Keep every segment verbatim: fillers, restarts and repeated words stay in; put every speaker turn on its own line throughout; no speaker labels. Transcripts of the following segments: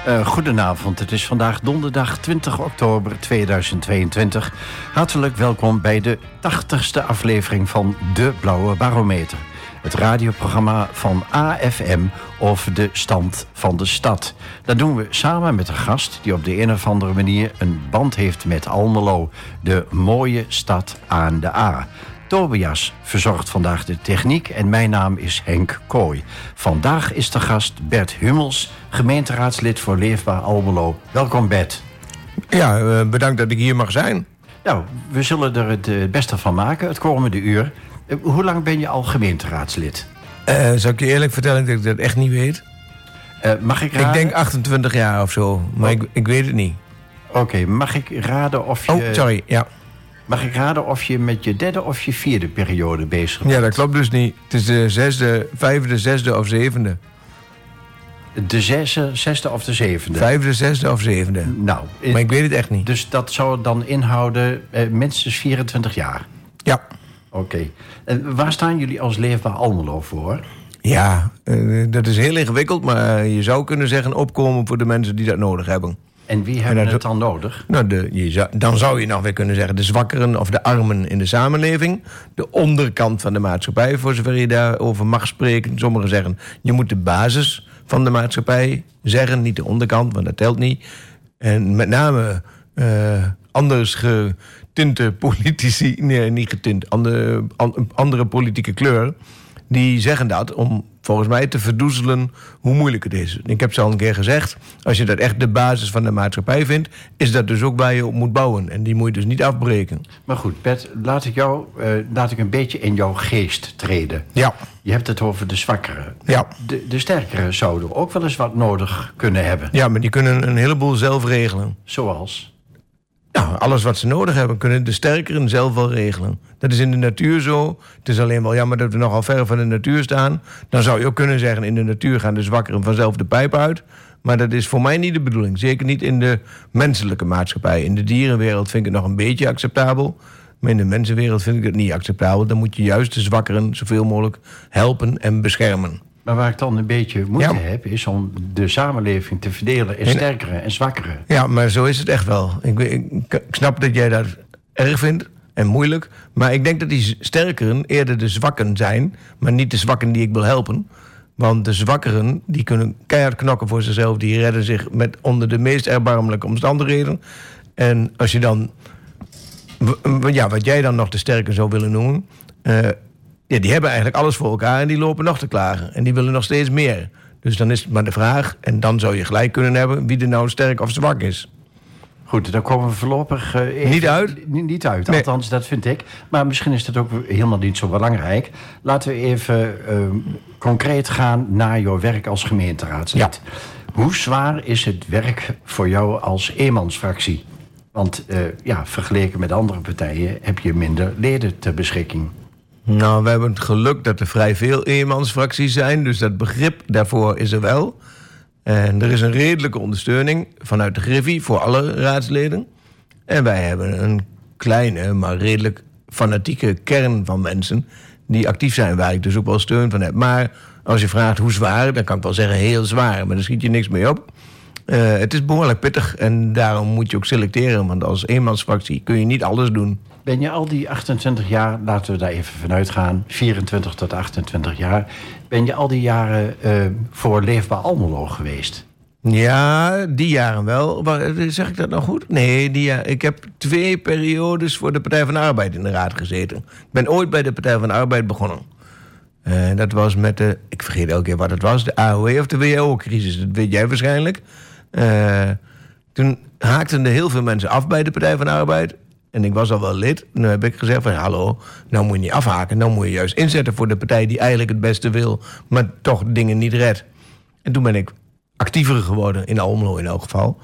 Uh, goedenavond, het is vandaag donderdag twintig oktober tweeduizend tweeëntwintig. Hartelijk welkom bij de tachtigste aflevering van De Blauwe Barometer. Het radioprogramma van A F M over de stand van de stad. Dat doen we samen met een gast die op de een of andere manier een band heeft met Almelo. De mooie stad aan de A. Tobias verzorgt vandaag de techniek en mijn naam is Henk Kooi. Vandaag is de gast Bert Hummels, gemeenteraadslid voor Leefbaar Almelo. Welkom Bert.
Ja, bedankt dat ik hier mag zijn.
Nou, we zullen er het beste van maken het komende uur. Hoe lang ben je al gemeenteraadslid?
Uh, zal ik je eerlijk vertellen dat ik dat echt niet weet?
Uh, mag ik raden?
Ik denk achtentwintig jaar of zo, maar oh. ik, ik weet het niet.
Oké, okay, mag ik raden of je...
Oh, sorry, ja.
Mag ik raden of je met je derde of je vierde periode bezig bent?
Ja, dat klopt dus niet. Het is de zesde, vijfde, zesde of zevende.
De zesde, zesde of de zevende?
Vijfde, zesde of zevende.
Nou,
maar ik weet het echt niet.
Dus dat zou dan inhouden eh, minstens vierentwintig jaar?
Ja.
Oké. Okay. En waar staan jullie als Leefbaar Almelo voor?
Ja, uh, dat is heel ingewikkeld, maar je zou kunnen zeggen opkomen voor de mensen die dat nodig hebben.
En wie hebben en dat, het dan nodig?
Nou, de, je zou, dan zou je nog weer kunnen zeggen de zwakkeren of de armen in de samenleving. De onderkant van de maatschappij, voor zover je daarover mag spreken. Sommigen zeggen, je moet de basis van de maatschappij zeggen, niet de onderkant, want dat telt niet. En met name uh, anders getinte politici, nee, niet getint, andere, andere politieke kleur, die zeggen dat om volgens mij te verdoezelen hoe moeilijk het is. Ik heb ze al een keer gezegd, als je dat echt de basis van de maatschappij vindt, is dat dus ook waar je op moet bouwen. En die moet je dus niet afbreken.
Maar goed, Bert, laat ik jou, uh, laat ik een beetje in jouw geest treden.
Ja.
Je hebt het over de zwakkeren.
Ja.
De, de sterkeren zouden ook wel eens wat nodig kunnen hebben.
Ja, maar die kunnen een heleboel zelf regelen.
Zoals?
Nou, alles wat ze nodig hebben, kunnen de sterkeren zelf wel regelen. Dat is in de natuur zo. Het is alleen wel jammer dat we nogal ver van de natuur staan. Dan zou je ook kunnen zeggen, in de natuur gaan de zwakkeren vanzelf de pijp uit. Maar dat is voor mij niet de bedoeling. Zeker niet in de menselijke maatschappij. In de dierenwereld vind ik het nog een beetje acceptabel. Maar in de mensenwereld vind ik het niet acceptabel. Dan moet je juist de zwakkeren zoveel mogelijk helpen en beschermen.
Maar waar ik dan een beetje moeite ja. heb, is om de samenleving te verdelen in sterkere en zwakkere.
Ja, maar zo is het echt wel. Ik, ik, ik snap dat jij dat erg vindt en moeilijk. Maar ik denk dat die sterkeren eerder de zwakken zijn, maar niet de zwakken die ik wil helpen. Want de zwakkeren, die kunnen keihard knokken voor zichzelf. Die redden zich met onder de meest erbarmelijke omstandigheden. En als je dan, ja, wat jij dan nog de sterken zou willen noemen, Uh, Ja, die hebben eigenlijk alles voor elkaar en die lopen nog te klagen. En die willen nog steeds meer. Dus dan is het maar de vraag, en dan zou je gelijk kunnen hebben wie er nou sterk of zwak is.
Goed, daar komen we voorlopig uh, even
niet uit.
Niet, niet uit,
nee.
Althans, dat vind ik. Maar misschien is dat ook helemaal niet zo belangrijk. Laten we even uh, concreet gaan naar jouw werk als gemeenteraadslid.
Ja.
Hoe zwaar is het werk voor jou als eenmansfractie? Want uh, ja, vergeleken met andere partijen heb je minder leden ter beschikking.
Nou, we hebben het geluk dat er vrij veel eenmansfracties zijn. Dus dat begrip daarvoor is er wel. En er is een redelijke ondersteuning vanuit de Griffie voor alle raadsleden. En wij hebben een kleine, maar redelijk fanatieke kern van mensen die actief zijn, waar ik dus ook wel steun van heb. Maar als je vraagt hoe zwaar, dan kan ik wel zeggen heel zwaar. Maar daar schiet je niks mee op. Uh, het is behoorlijk pittig en daarom moet je ook selecteren. Want als eenmansfractie kun je niet alles doen.
Ben je al die achtentwintig jaar, laten we daar even vanuit gaan, vierentwintig tot achtentwintig jaar... ben je al die jaren uh, voor Leefbaar Almelo geweest?
Ja, die jaren wel. Zeg ik dat nou goed? Nee, die jaren. Ik heb twee periodes voor de Partij van de Arbeid in de raad gezeten. Ik ben ooit bij de Partij van de Arbeid begonnen. Uh, dat was met de, ik vergeet elke keer wat het was, de A O E of de W H O-crisis. Dat weet jij waarschijnlijk. Uh, toen haakten er heel veel mensen af bij de Partij van de Arbeid. En ik was al wel lid. Nu heb ik gezegd van, hallo, nou moet je niet afhaken. Nou moet je juist inzetten voor de partij die eigenlijk het beste wil, maar toch dingen niet redt. En toen ben ik actiever geworden, in Almelo in elk geval.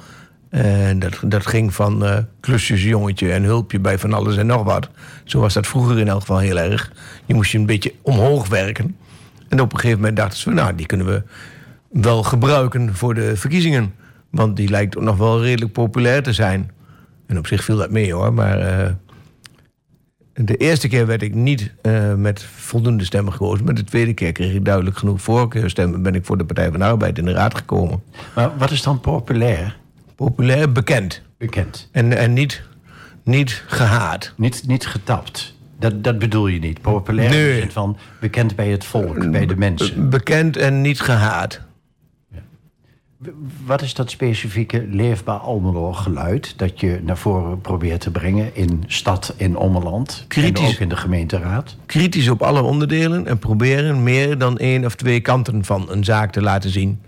En dat, dat ging van uh, klusjesjongetje en hulpje bij van alles en nog wat. Zo was dat vroeger in elk geval heel erg. Je moest je een beetje omhoog werken. En op een gegeven moment dachten ze, nou, die kunnen we wel gebruiken voor de verkiezingen. Want die lijkt ook nog wel redelijk populair te zijn. En op zich viel dat mee hoor, maar uh, De eerste keer werd ik niet uh, met voldoende stemmen gekozen. Maar de tweede keer kreeg ik duidelijk genoeg voorkeurstemmen. Ben ik voor de Partij van de Arbeid in de Raad gekomen.
Maar wat is dan populair?
Populair, bekend.
Bekend.
En, en niet, niet gehaat.
Niet, niet getapt. Dat, dat bedoel je niet. Populair
nee.
in zin van bekend bij het volk, bij de mensen.
Bekend en niet gehaat.
Ja. Wat is dat specifieke Leefbaar Almelo geluid dat je naar voren probeert te brengen in stad en ommeland? Kritisch, en ook in de gemeenteraad?
Kritisch op alle onderdelen en proberen meer dan één of twee kanten van een zaak te laten zien.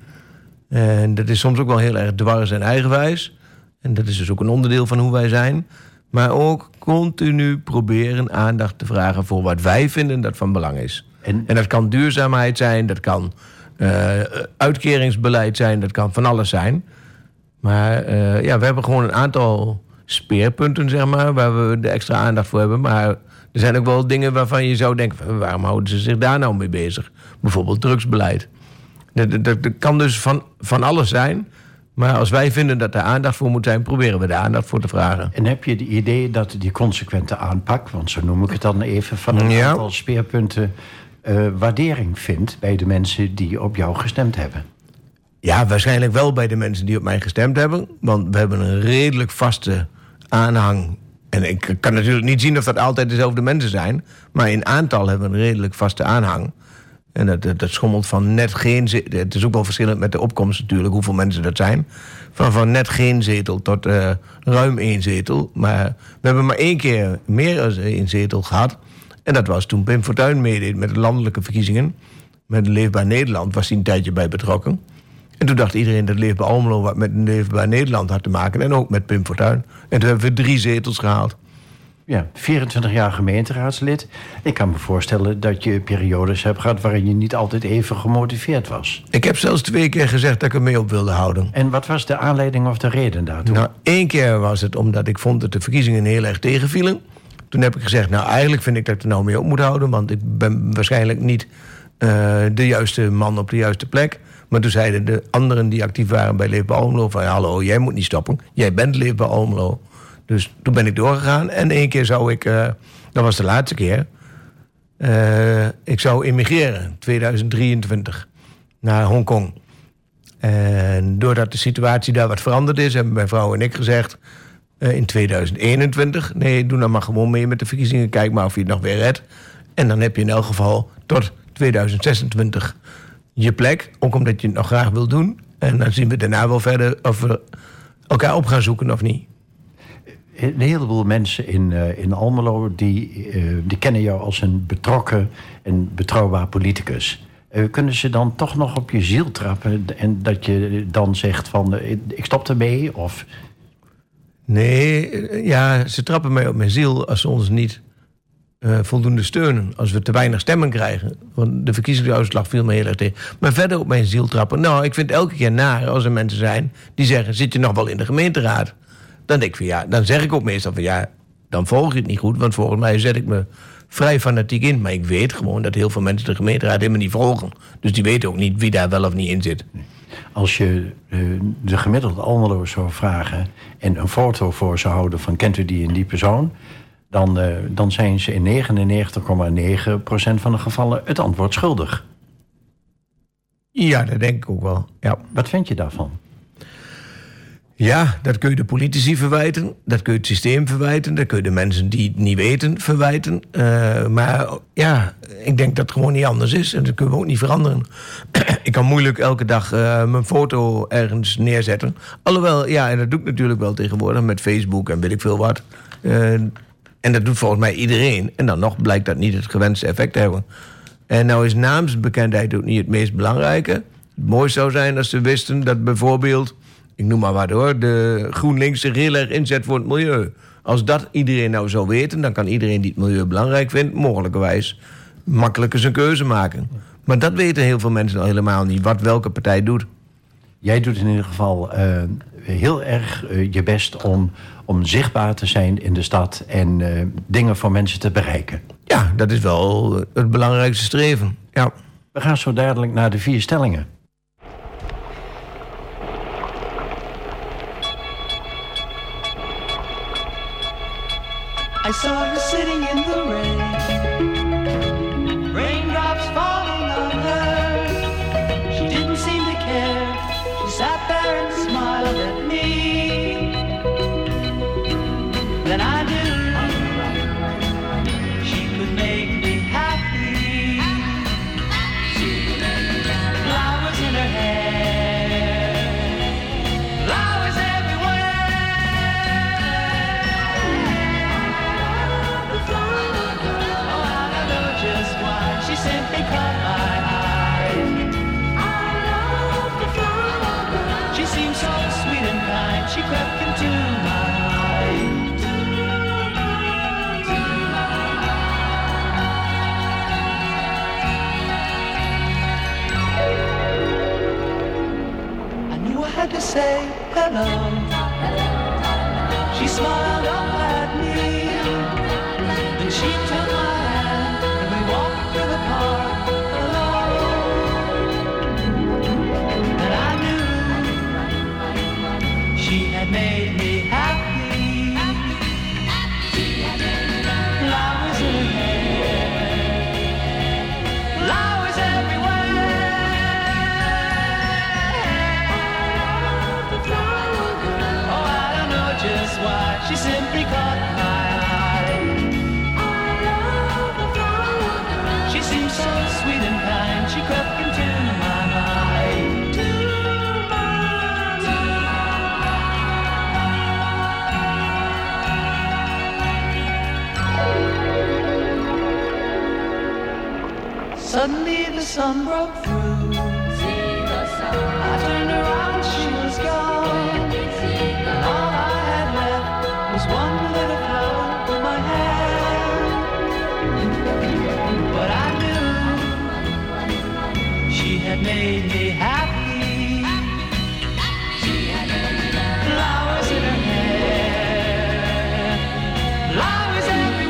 En dat is soms ook wel heel erg dwars en eigenwijs. En dat is dus ook een onderdeel van hoe wij zijn. Maar ook continu proberen aandacht te vragen voor wat wij vinden dat van belang is. En, en dat kan duurzaamheid zijn, dat kan uh, uitkeringsbeleid zijn, dat kan van alles zijn. Maar uh, ja, we hebben gewoon een aantal speerpunten, zeg maar, waar we de extra aandacht voor hebben. Maar er zijn ook wel dingen waarvan je zou denken, waarom houden ze zich daar nou mee bezig? Bijvoorbeeld drugsbeleid. Dat, dat, dat kan dus van, van alles zijn. Maar als wij vinden dat er aandacht voor moet zijn, proberen we daar aandacht voor te vragen.
En heb je het idee dat die consequente aanpak, want zo noem ik het dan even, van een
ja.
aantal speerpunten uh, waardering vindt bij de mensen die op jou gestemd hebben?
Ja, waarschijnlijk wel bij de mensen die op mij gestemd hebben. Want we hebben een redelijk vaste aanhang. En ik kan natuurlijk niet zien of dat altijd dezelfde mensen zijn. Maar in aantal hebben we een redelijk vaste aanhang. En dat, dat, dat schommelt van net geen zetel. Het is ook wel verschillend met de opkomst natuurlijk, hoeveel mensen dat zijn. Van, van net geen zetel tot uh, ruim één zetel. Maar we hebben maar één keer meer dan één zetel gehad. En dat was toen Pim Fortuyn meedeed met de landelijke verkiezingen. Met Leefbaar Nederland was hij een tijdje bij betrokken. En toen dacht iedereen dat Leefbaar Almelo wat met Leefbaar Nederland had te maken. En ook met Pim Fortuyn. En toen hebben we drie zetels gehaald.
Ja, vierentwintig jaar gemeenteraadslid. Ik kan me voorstellen dat je periodes hebt gehad waarin je niet altijd even gemotiveerd was.
Ik heb zelfs twee keer gezegd dat ik er mee op wilde houden.
En wat was de aanleiding of de reden daartoe?
Nou, één keer was het omdat ik vond dat de verkiezingen heel erg tegenvielen. Toen heb ik gezegd, nou eigenlijk vind ik dat ik er nou mee op moet houden, want ik ben waarschijnlijk niet uh, de juiste man op de juiste plek. Maar toen zeiden de anderen die actief waren bij Leefbaar Almelo van, hallo, jij moet niet stoppen. Jij bent Leefbaar Almelo. Dus toen ben ik doorgegaan. En één keer zou ik, uh, dat was de laatste keer, uh, ik zou emigreren, tweeduizend drieëntwintig, naar Hongkong. En doordat de situatie daar wat veranderd is, hebben mijn vrouw en ik gezegd, uh, in tweeduizend eenentwintig, nee, doe nou maar gewoon mee met de verkiezingen, kijk maar of je het nog weer redt. En dan heb je in elk geval tot tweeduizend zesentwintig je plek, ook omdat je het nog graag wil doen. En dan zien we daarna wel verder of we elkaar op gaan zoeken of niet.
Een heleboel mensen in, uh, in Almelo die, uh, die kennen jou als een betrokken en betrouwbaar politicus. Uh, kunnen ze dan toch nog op je ziel trappen en dat je dan zegt van uh, ik stop ermee? Of...
Nee, ja, ze trappen mij op mijn ziel als ze ons niet uh, voldoende steunen. Als we te weinig stemmen krijgen. Want de verkiezingsuitslag viel me heel erg tegen. Maar verder op mijn ziel trappen. Nou, ik vind het elke keer naar als er mensen zijn die zeggen, zit je nog wel in de gemeenteraad? Dan denk ik van ja, dan zeg ik ook meestal van ja, dan volg je het niet goed. Want volgens mij zet ik me vrij fanatiek in. Maar ik weet gewoon dat heel veel mensen de gemeenteraad helemaal niet volgen. Dus die weten ook niet wie daar wel of niet in zit.
Als je uh, de gemiddelde Almelo zou vragen en een foto voor zou houden van kent u die en die persoon, dan, uh, dan zijn ze in negenennegentig komma negen procent van de gevallen het antwoord schuldig.
Ja, dat denk ik ook wel. Ja.
Wat vind je daarvan?
Ja, dat kun je de politici verwijten. Dat kun je het systeem verwijten. Dat kun je de mensen die het niet weten verwijten. Uh, maar ja, ik denk dat het gewoon niet anders is. En dat kunnen we ook niet veranderen. Ik kan moeilijk elke dag uh, mijn foto ergens neerzetten. Alhoewel, ja, en dat doe ik natuurlijk wel tegenwoordig met Facebook en weet ik veel wat. Uh, en dat doet volgens mij iedereen. En dan nog blijkt dat niet het gewenste effect te hebben. En nou is naamsbekendheid ook niet het meest belangrijke. Het mooiste zou zijn als ze wisten dat bijvoorbeeld, ik noem maar wat hoor, de GroenLinks zich heel erg inzet voor het milieu. Als dat iedereen nou zou weten, dan kan iedereen die het milieu belangrijk vindt, mogelijkerwijs makkelijker zijn keuze maken. Maar dat weten heel veel mensen al helemaal niet, wat welke partij doet.
Jij doet in ieder geval uh, heel erg uh, je best om, om zichtbaar te zijn in de stad en uh, dingen voor mensen te bereiken.
Ja, dat is wel het belangrijkste streven. Ja.
We gaan zo dadelijk naar de vier stellingen.
I saw her sitting dancing in the rain, raindrops falling on her. She didn't seem to care. She sat there and smiled at me. Then I knew she could make me happy. Flowers in her hair, flowers everywhere. Oh, I don't know just why. She simply caught my eye. She seemed so sweet and kind. She crept into my mind. I knew I had to say hello. She smiled up at me. Then she took my hand and we walked through the park alone. And I knew she had made me happy. Flowers in her hair, flowers everywhere. Oh, I don't know just why. She simply caught my eye. She seemed so sweet and kind. She crept into my mind. Suddenly the sun broke through. I turned around, she was gone. And all I had left was one little flower in my hand. But I knew she had made me happy. Flowers in her hair, flowers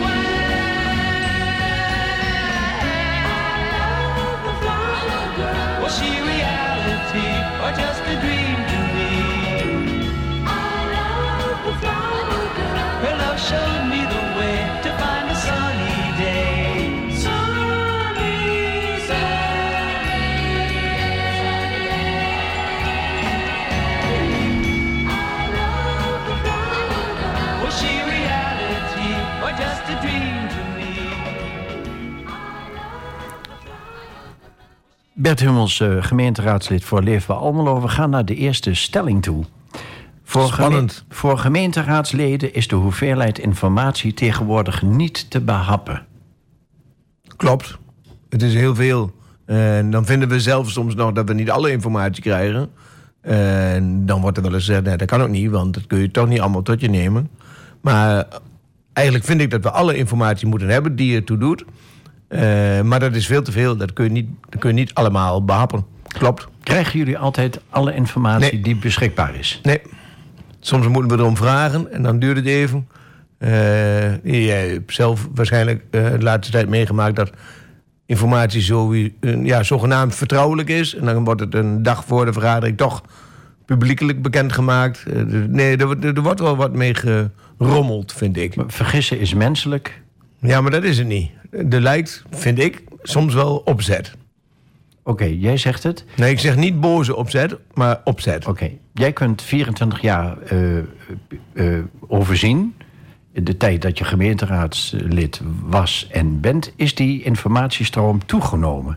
everywhere. Was she reality or just a dream to me? Her love showed me the way to find a sunny day. Sunny day. Was she reality or just a dream to me?
Bert Hummels, uh, gemeenteraadslid voor Leefbaar Almelo. We gaan naar de eerste stelling toe. Voor,
Spannend.
geme- voor gemeenteraadsleden is de hoeveelheid informatie tegenwoordig niet te behappen.
Klopt. Het is heel veel. En dan vinden we zelf soms nog dat we niet alle informatie krijgen. En dan wordt er wel eens gezegd, nee, dat kan ook niet, want dat kun je toch niet allemaal tot je nemen. Maar eigenlijk vind ik dat we alle informatie moeten hebben die ertoe doet. Uh, maar dat is veel te veel. Dat kun je niet, dat kun je niet allemaal behappen. Klopt.
Krijgen jullie altijd alle informatie
Nee.
die beschikbaar is?
Nee. Soms moeten we erom vragen en dan duurt het even. Uh, jij hebt zelf waarschijnlijk uh, de laatste tijd meegemaakt dat informatie zo, uh, ja, zogenaamd vertrouwelijk is. En dan wordt het een dag voor de vergadering toch publiekelijk bekendgemaakt. Uh, nee, er, er wordt wel wat mee gerommeld, vind ik.
Maar vergissen is menselijk.
Ja, maar dat is het niet. Er lijkt, vind ik, soms wel opzet.
Oké, okay, jij zegt het.
Nee, ik zeg niet boze opzet, maar opzet.
Oké, okay. Jij kunt vierentwintig jaar uh, uh, overzien. De tijd dat je gemeenteraadslid was en bent, is die informatiestroom toegenomen?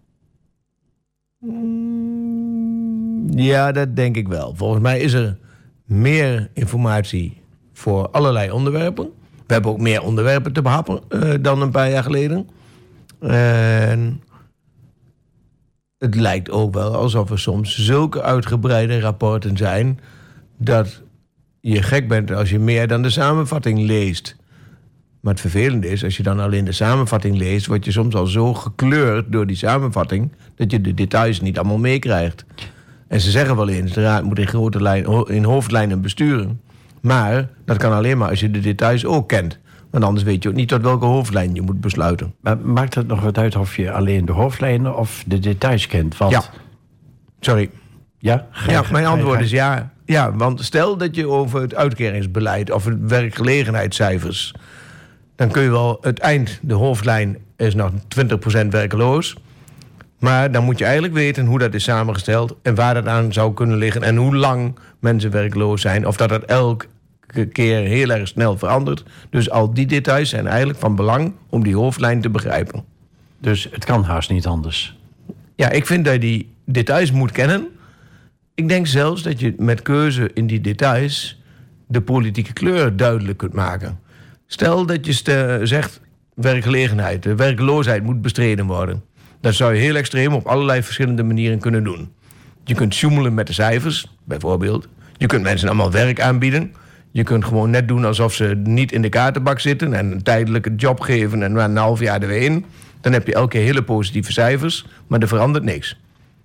Ja, dat denk ik wel. Volgens mij is er meer informatie voor allerlei onderwerpen. We hebben ook meer onderwerpen te behappen uh, dan een paar jaar geleden. En het lijkt ook wel alsof er soms zulke uitgebreide rapporten zijn dat je gek bent als je meer dan de samenvatting leest. Maar het vervelende is, als je dan alleen de samenvatting leest, word je soms al zo gekleurd door die samenvatting dat je de details niet allemaal meekrijgt. En ze zeggen wel eens, de raad moet in grote lijn, in hoofdlijnen besturen. Maar dat kan alleen maar als je de details ook kent. Want anders weet je ook niet tot welke hoofdlijn je moet besluiten.
Maar maakt het nog wat uit of je alleen de hoofdlijnen of de details kent? Want...
Ja. Sorry.
Ja, ga je,
ja, mijn
ga je,
antwoord
ga je...
is ja. Ja, want stel dat je over het uitkeringsbeleid of het werkgelegenheidscijfers dan kun je wel het eind, de hoofdlijn, is nog twintig procent werkeloos. Maar dan moet je eigenlijk weten hoe dat is samengesteld en waar dat aan zou kunnen liggen en hoe lang mensen werkloos zijn. Of dat dat elke keer heel erg snel verandert. Dus al die details zijn eigenlijk van belang om die hoofdlijn te begrijpen.
Dus het kan haast niet anders.
Ja, ik vind dat je die details moet kennen. Ik denk zelfs dat je met keuze in die details de politieke kleur duidelijk kunt maken. Stel dat je ste- zegt werkgelegenheid, de werkloosheid moet bestreden worden. Dat zou je heel extreem op allerlei verschillende manieren kunnen doen. Je kunt sjoemelen met de cijfers, bijvoorbeeld. Je kunt mensen allemaal werk aanbieden. Je kunt gewoon net doen alsof ze niet in de kaartenbak zitten en een tijdelijke job geven en na een half jaar er weer in. Dan heb je elke keer hele positieve cijfers, maar er verandert niks.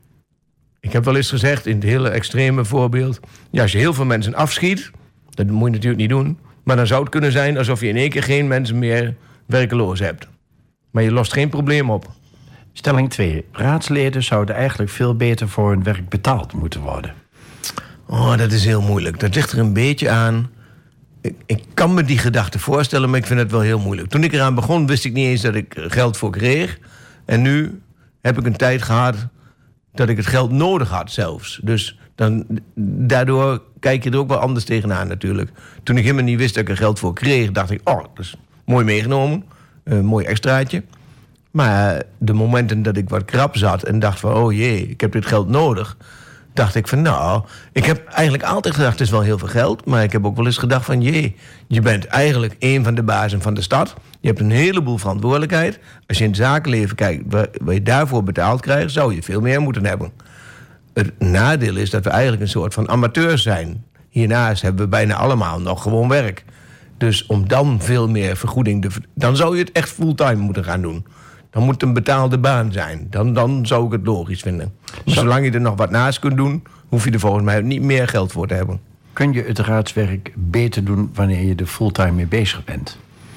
Ik heb wel eens gezegd in het hele extreme voorbeeld, ja, als je heel veel mensen afschiet, dat moet je natuurlijk niet doen, maar dan zou het kunnen zijn alsof je in één keer geen mensen meer werkeloos hebt. Maar je lost geen probleem op.
Stelling twee. Raadsleden zouden eigenlijk veel beter voor hun werk betaald moeten worden.
Oh, dat is heel moeilijk. Dat ligt er een beetje aan. Ik, ik kan me die gedachte voorstellen, maar ik vind het wel heel moeilijk. Toen ik eraan begon, wist ik niet eens dat ik geld voor kreeg. En nu heb ik een tijd gehad dat ik het geld nodig had zelfs. Dus dan, daardoor kijk je er ook wel anders tegenaan natuurlijk. Toen ik helemaal niet wist dat ik er geld voor kreeg, dacht ik, oh, dat is mooi meegenomen. Een mooi extraatje. Maar de momenten dat ik wat krap zat en dacht van, oh jee, ik heb dit geld nodig, dacht ik van, nou, ik heb eigenlijk altijd gedacht, het is wel heel veel geld, maar ik heb ook wel eens gedacht van, jee, je bent eigenlijk een van de bazen van de stad. Je hebt een heleboel verantwoordelijkheid. Als je in het zakenleven kijkt, waar, waar je daarvoor betaald krijgt, zou je veel meer moeten hebben. Het nadeel is dat we eigenlijk een soort van amateurs zijn. Hiernaast hebben we bijna allemaal nog gewoon werk. Dus om dan veel meer vergoeding te, dan zou je het echt fulltime moeten gaan doen. Dan moet het een betaalde baan zijn. Dan, dan zou ik het logisch vinden. Maar zolang je er nog wat naast kunt doen, hoef je er volgens mij niet meer geld voor te hebben.
Kun je het raadswerk beter doen wanneer je er fulltime mee bezig bent?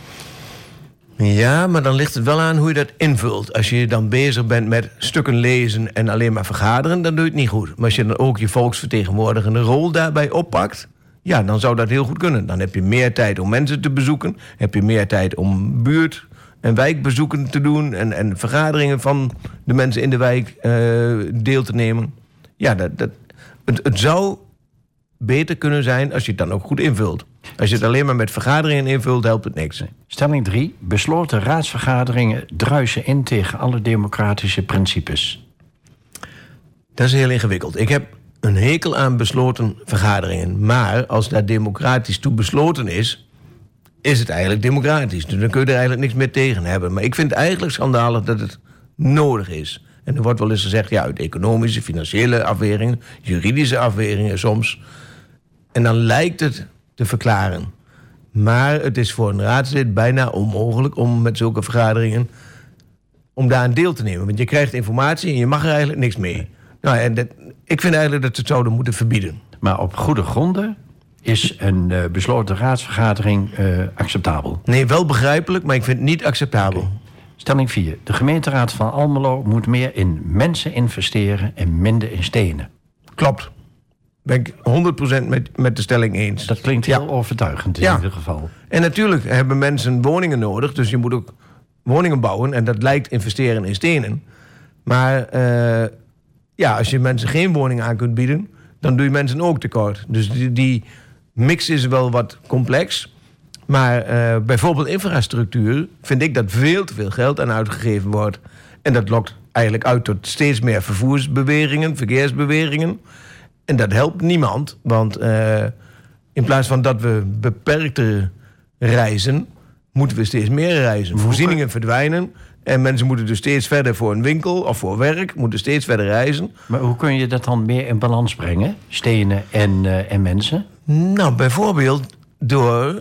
Ja, maar dan ligt het wel aan hoe je dat invult. Als je dan bezig bent met stukken lezen en alleen maar vergaderen, dan doe je het niet goed. Maar als je dan ook je volksvertegenwoordigende rol daarbij oppakt, ja, dan zou dat heel goed kunnen. Dan heb je meer tijd om mensen te bezoeken. Heb je meer tijd om buurt- en wijkbezoeken te doen en, en vergaderingen van de mensen in de wijk uh, deel te nemen. Ja, dat, dat, het, het zou beter kunnen zijn als je het dan ook goed invult. Als je het alleen maar met vergaderingen invult, helpt het niks.
Stelling drie. Besloten raadsvergaderingen druisen in tegen alle democratische principes.
Dat is heel ingewikkeld. Ik heb een hekel aan besloten vergaderingen. Maar als dat democratisch toe besloten is, is het eigenlijk democratisch. Dus dan kun je er eigenlijk niks meer tegen hebben. Maar ik vind het eigenlijk schandalig dat het nodig is. En er wordt wel eens gezegd, ja, uit economische, financiële afweringen, juridische afweringen soms. En dan lijkt het te verklaren. Maar het is voor een raadslid bijna onmogelijk om met zulke vergaderingen om daar aan deel te nemen. Want je krijgt informatie en je mag er eigenlijk niks mee. Nou, en dat, ik vind eigenlijk dat ze het zouden moeten verbieden.
Maar op goede gronden is een uh, besloten raadsvergadering uh, acceptabel?
Nee, wel begrijpelijk, maar ik vind het niet acceptabel.
Okay. Stelling vier. De gemeenteraad van Almelo moet meer in mensen investeren en minder in stenen.
Klopt. Ben ik honderd procent met, met de stelling eens.
Dat klinkt heel
ja.
overtuigend in
ja.
ieder geval. En
natuurlijk hebben mensen woningen nodig, dus je moet ook woningen bouwen. En dat lijkt investeren in stenen. Maar uh, ja, als je mensen geen woning aan kunt bieden, dan doe je mensen ook tekort. Dus die, die mix is wel wat complex. Maar uh, bijvoorbeeld infrastructuur vind ik dat veel te veel geld aan uitgegeven wordt. En dat lokt eigenlijk uit tot steeds meer vervoersbewegingen, verkeersbewegingen. En dat helpt niemand, want uh, in plaats van dat we beperkter reizen, moeten we steeds meer reizen. Voorzieningen verdwijnen en mensen moeten dus steeds verder voor een winkel of voor werk, moeten steeds verder reizen.
Maar hoe kun je dat dan meer in balans brengen, stenen en, uh, en mensen?
Nou, bijvoorbeeld door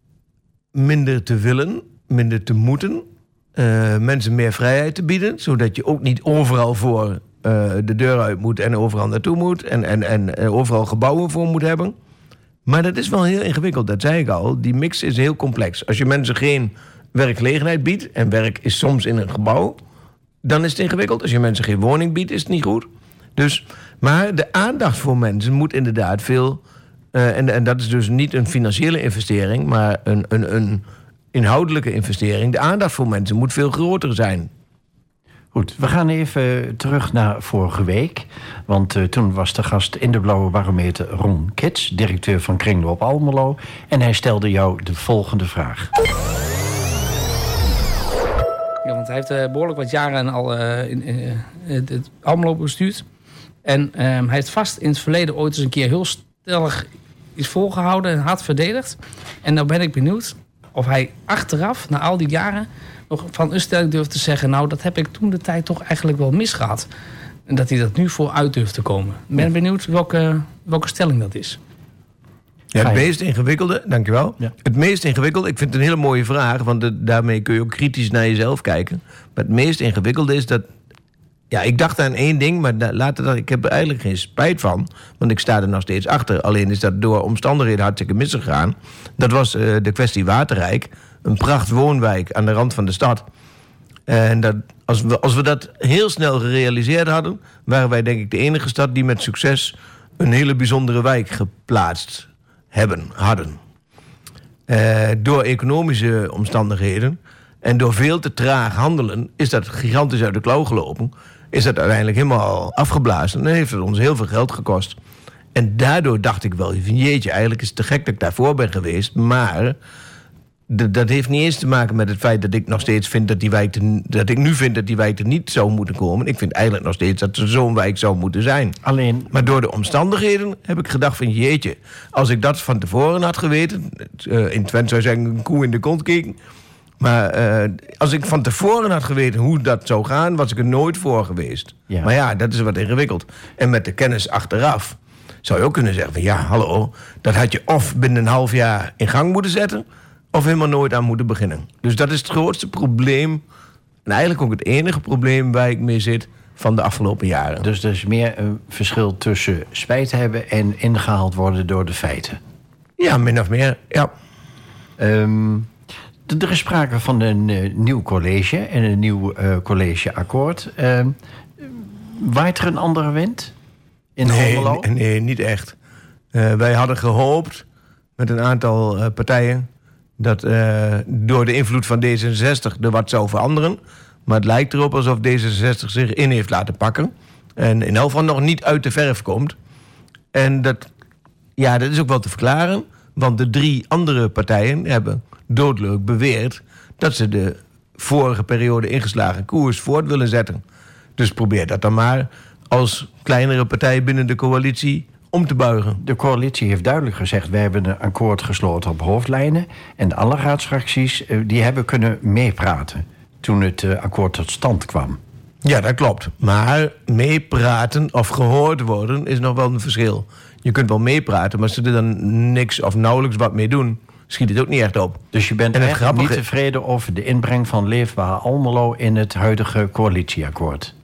minder te willen, minder te moeten, uh, mensen meer vrijheid te bieden, zodat je ook niet overal voor Uh, de deur uit moet en overal naartoe moet en, en, en overal gebouwen voor moet hebben. Maar dat is wel heel ingewikkeld, dat zei ik al. Die mix is heel complex. Als je mensen geen werkgelegenheid biedt, en werk is soms in een gebouw, dan is het ingewikkeld. Als je mensen geen woning biedt, is het niet goed. Dus, maar de aandacht voor mensen moet inderdaad veel, Uh, en, en dat is dus niet een financiële investering, maar een, een, een inhoudelijke investering. De aandacht voor mensen moet veel groter zijn.
Goed, we gaan even terug naar vorige week. Want uh, toen was de gast in de Blauwe Barometer Ron Kits, directeur van Kringloop Almelo. En hij stelde jou de volgende vraag.
Ja, want hij heeft uh, behoorlijk wat jaren al uh, in, uh, het, het Almelo bestuurd. En um, hij heeft vast in het verleden ooit eens een keer heel stellig is volgehouden en hard verdedigd. En nou ben ik benieuwd of hij achteraf, na al die jaren, nog van een stelling durft te zeggen, nou, dat heb ik toen de tijd toch eigenlijk wel misgehad. En dat hij dat nu vooruit durft te komen. Ik ben benieuwd welke, welke stelling dat is.
Ja, het meest ingewikkelde, dankjewel.
Ja.
Het meest ingewikkelde, ik vind het een hele mooie vraag, want de, daarmee kun je ook kritisch naar jezelf kijken. Maar het meest ingewikkelde is dat, ja, ik dacht aan één ding, maar da- later dat ik heb er eigenlijk geen spijt van, want ik sta er nog steeds achter. Alleen is dat door omstandigheden hartstikke misgegaan. Dat was uh, de kwestie Waterrijk, een prachtwoonwijk aan de rand van de stad. En dat, als, we, als we dat heel snel gerealiseerd hadden, waren wij denk ik de enige stad die met succes een hele bijzondere wijk geplaatst hebben, hadden. Uh, door economische omstandigheden en door veel te traag handelen is dat gigantisch uit de klauw gelopen. Is dat uiteindelijk helemaal afgeblazen en heeft het ons heel veel geld gekost. En daardoor dacht ik wel, jeetje, eigenlijk is het te gek dat ik daarvoor ben geweest. Maar d- dat heeft niet eens te maken met het feit dat ik nog steeds vind dat die wijk er, dat ik nu vind dat die wijk er niet zou moeten komen. Ik vind eigenlijk nog steeds dat er zo'n wijk zou moeten zijn.
Alleen,
Maar door de omstandigheden heb ik gedacht van jeetje, als ik dat van tevoren had geweten, uh, in Twente zou je zeggen een koe in de kont kijken. Maar uh, als ik van tevoren had geweten hoe dat zou gaan, was ik er nooit voor geweest.
Ja.
Maar ja, dat is wat ingewikkeld. En met de kennis achteraf zou je ook kunnen zeggen van ja, hallo, dat had je of binnen een half jaar in gang moeten zetten, of helemaal nooit aan moeten beginnen. Dus dat is het grootste probleem, en eigenlijk ook het enige probleem waar ik mee zit van de afgelopen jaren.
dus er is meer een verschil tussen spijt hebben en ingehaald worden door de feiten.
Ja, min of meer, ja.
Um, er is sprake van een uh, nieuw college en een nieuw uh, collegeakkoord. Uh, waait er een andere wind in
Nee,
Almelo?
nee, nee, niet echt. Uh, wij hadden gehoopt met een aantal uh, partijen dat uh, door de invloed van D zesenzestig er wat zou veranderen. Maar het lijkt erop alsof D zesenzestig zich in heeft laten pakken. En in elk geval nog niet uit de verf komt. En dat, ja, dat is ook wel te verklaren. Want de drie andere partijen hebben doodleuk beweerd dat ze de vorige periode ingeslagen koers voort willen zetten. Dus probeer dat dan maar als kleinere partij binnen de coalitie om te buigen.
De coalitie heeft duidelijk gezegd, wij hebben een akkoord gesloten op hoofdlijnen. En de alle raadsfracties uh, die hebben kunnen meepraten toen het uh, akkoord tot stand kwam.
Ja, dat klopt. Maar meepraten of gehoord worden is nog wel een verschil. Je kunt wel meepraten, maar als ze er dan niks of nauwelijks wat mee doen, schiet het ook niet echt op.
Dus je bent
En het
eigenlijk
grappige-
niet tevreden over de inbreng van Leefbaar Almelo in het huidige coalitieakkoord.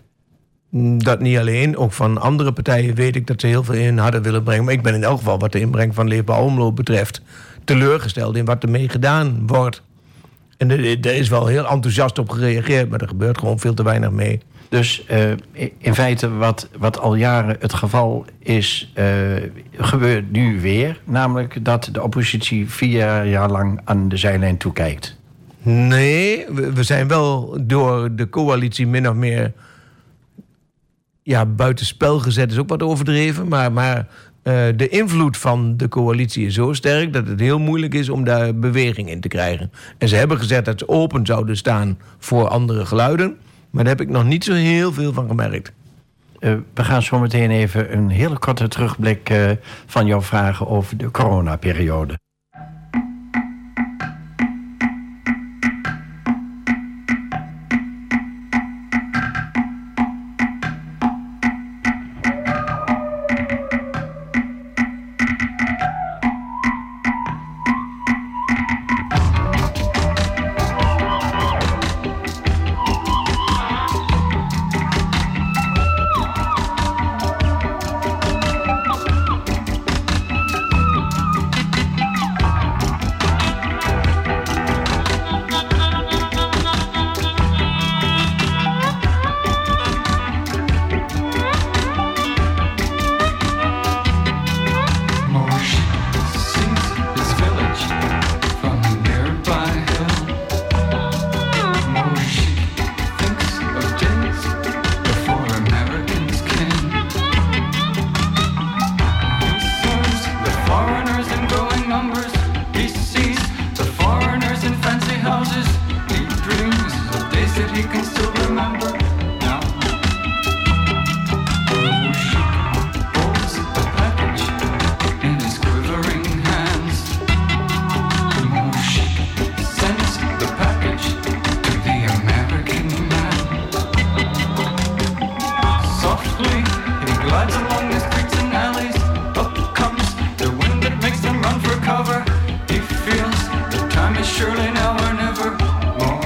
Dat niet alleen, ook van andere partijen weet ik dat ze heel veel in hadden willen brengen. Maar ik ben in elk geval, wat de inbreng van Leefbaar Almelo betreft, teleurgesteld in wat ermee gedaan wordt. En er, er is wel heel enthousiast op gereageerd, maar er gebeurt gewoon veel te weinig mee.
Dus uh, in feite wat, wat al jaren het geval is, uh, gebeurt nu weer. Namelijk dat de oppositie vier jaar lang aan de zijlijn toekijkt.
Nee, we, we zijn wel door de coalitie min of meer ja, buitenspel gezet, is ook wat overdreven. Maar, maar uh, de invloed van de coalitie is zo sterk dat het heel moeilijk is om daar beweging in te krijgen. En ze hebben gezegd dat ze open zouden staan voor andere geluiden. Maar daar heb ik nog niet zo heel veel van gemerkt.
Uh, we gaan zo meteen even een hele korte terugblik uh, van jou vragen over de coronaperiode.
that he can still remember now. Oh, she holds the package in his quivering hands. Oh, she sends the package to the American man. Softly, he glides along the streets and alleys. Up comes the wind that makes them run for cover. He feels the time is surely now or never more.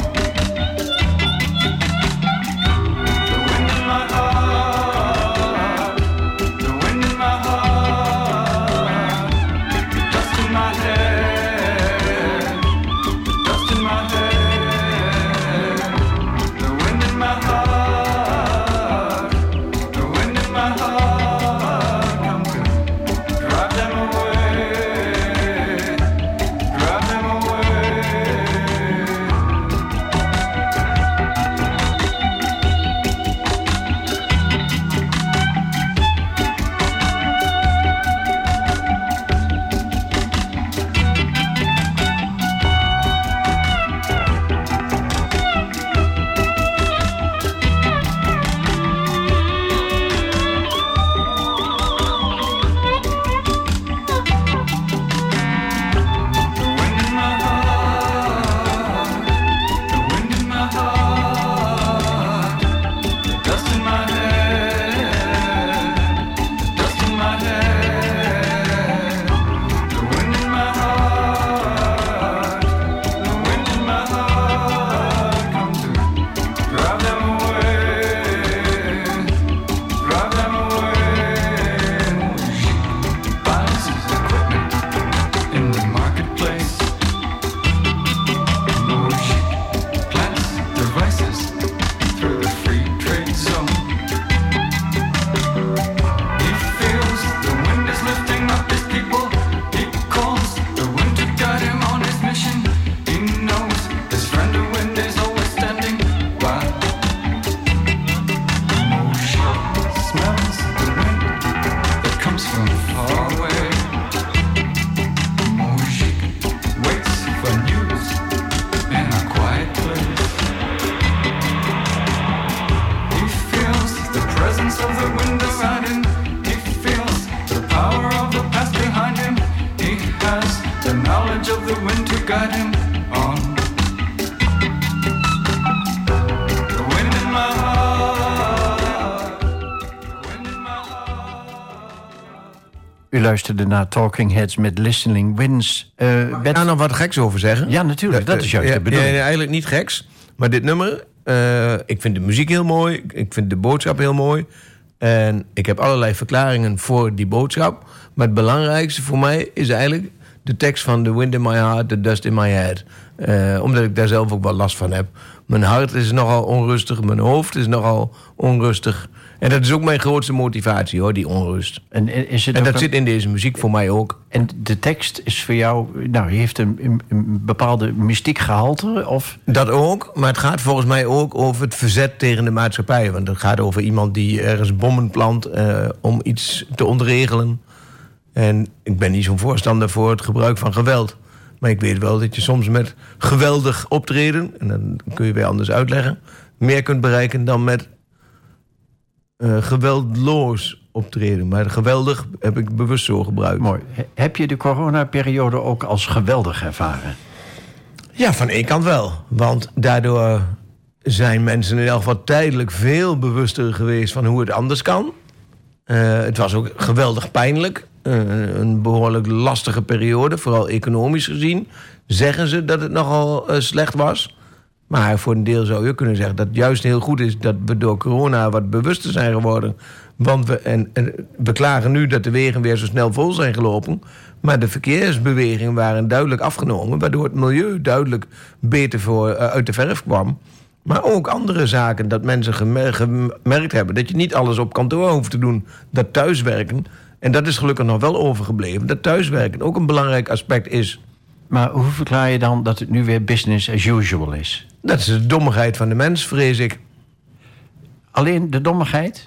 The wind in my heart, the wind in my heart, dust in my head, dust in my head. The wind in my heart, the wind in my heart, come to drive them away, drive them away. The wind in my heart, the wind in my heart, the dust in my head, the dust in my head. The wind in my heart, the wind in my heart, come to drive them away, drive them away. She buys his equipment in the marketplace. Oh, she plants devices through the free trade zone. He feels the wind is lifting up his people. He calls the wind to guide him on his mission. He knows his friend the wind is always standing by. Oh, she smells the wind that comes from far away. Oh, she waits for news in a quiet place. He feels the presence of the wind around him. He feels the power of the past behind him. He has the knowledge of the wind to guide him on. The wind in my heart, the wind in my heart.
U luisterde naar Talking Heads met Listening Winds. Uh,
Ik
werd-
ga nog wat geks over zeggen.
Ja, natuurlijk. Dat is juist
Ja,
de bedoeling.
ja, eigenlijk niet geks. Maar dit nummer, eh, ik vind de muziek heel mooi. Ik vind de boodschap heel mooi. En ik heb allerlei verklaringen voor die boodschap. Maar het belangrijkste voor mij is eigenlijk de tekst van The Wind in My Heart, The Dust in My Head. Eh, omdat ik daar zelf ook wel last van heb. Mijn hart is nogal onrustig, mijn hoofd is nogal onrustig. En dat is ook mijn grootste motivatie, hoor, die onrust.
En, is het
En
ook
dat
een-
zit in deze muziek voor mij ook.
En de tekst is voor jou, nou, die heeft een, een, een bepaalde mystiek gehalte? Of?
Dat ook, maar het gaat volgens mij ook over het verzet tegen de maatschappij. Want het gaat over iemand die ergens bommen plant eh, om iets te ontregelen. En ik ben niet zo'n voorstander voor het gebruik van geweld. Maar ik weet wel dat je soms met geweldig optreden, en dan kun je weer anders uitleggen, meer kunt bereiken dan met eh, geweldloos optreden. Maar geweldig heb ik bewust zo gebruikt.
Mooi. He- Heb je de coronaperiode ook als geweldig ervaren?
Ja, van één kant wel. Want daardoor zijn mensen in elk geval tijdelijk veel bewuster geweest van hoe het anders kan. Uh, het was ook geweldig pijnlijk. Uh, een behoorlijk lastige periode, vooral economisch gezien. Zeggen ze dat het nogal uh, slecht was. Maar voor een deel zou je kunnen zeggen dat het juist heel goed is dat we door corona wat bewuster zijn geworden. Want we, en, en we klagen nu dat de wegen weer zo snel vol zijn gelopen. Maar de verkeersbewegingen waren duidelijk afgenomen, waardoor het milieu duidelijk beter voor, uh, uit de verf kwam. Maar ook andere zaken, dat mensen gemer- gemerkt hebben dat je niet alles op kantoor hoeft te doen. Dat thuiswerken, en dat is gelukkig nog wel overgebleven, dat thuiswerken ook een belangrijk aspect is.
Maar hoe verklaar je dan dat het nu weer business as usual is?
Dat is de dommigheid van de mens, vrees ik.
Alleen de dommigheid?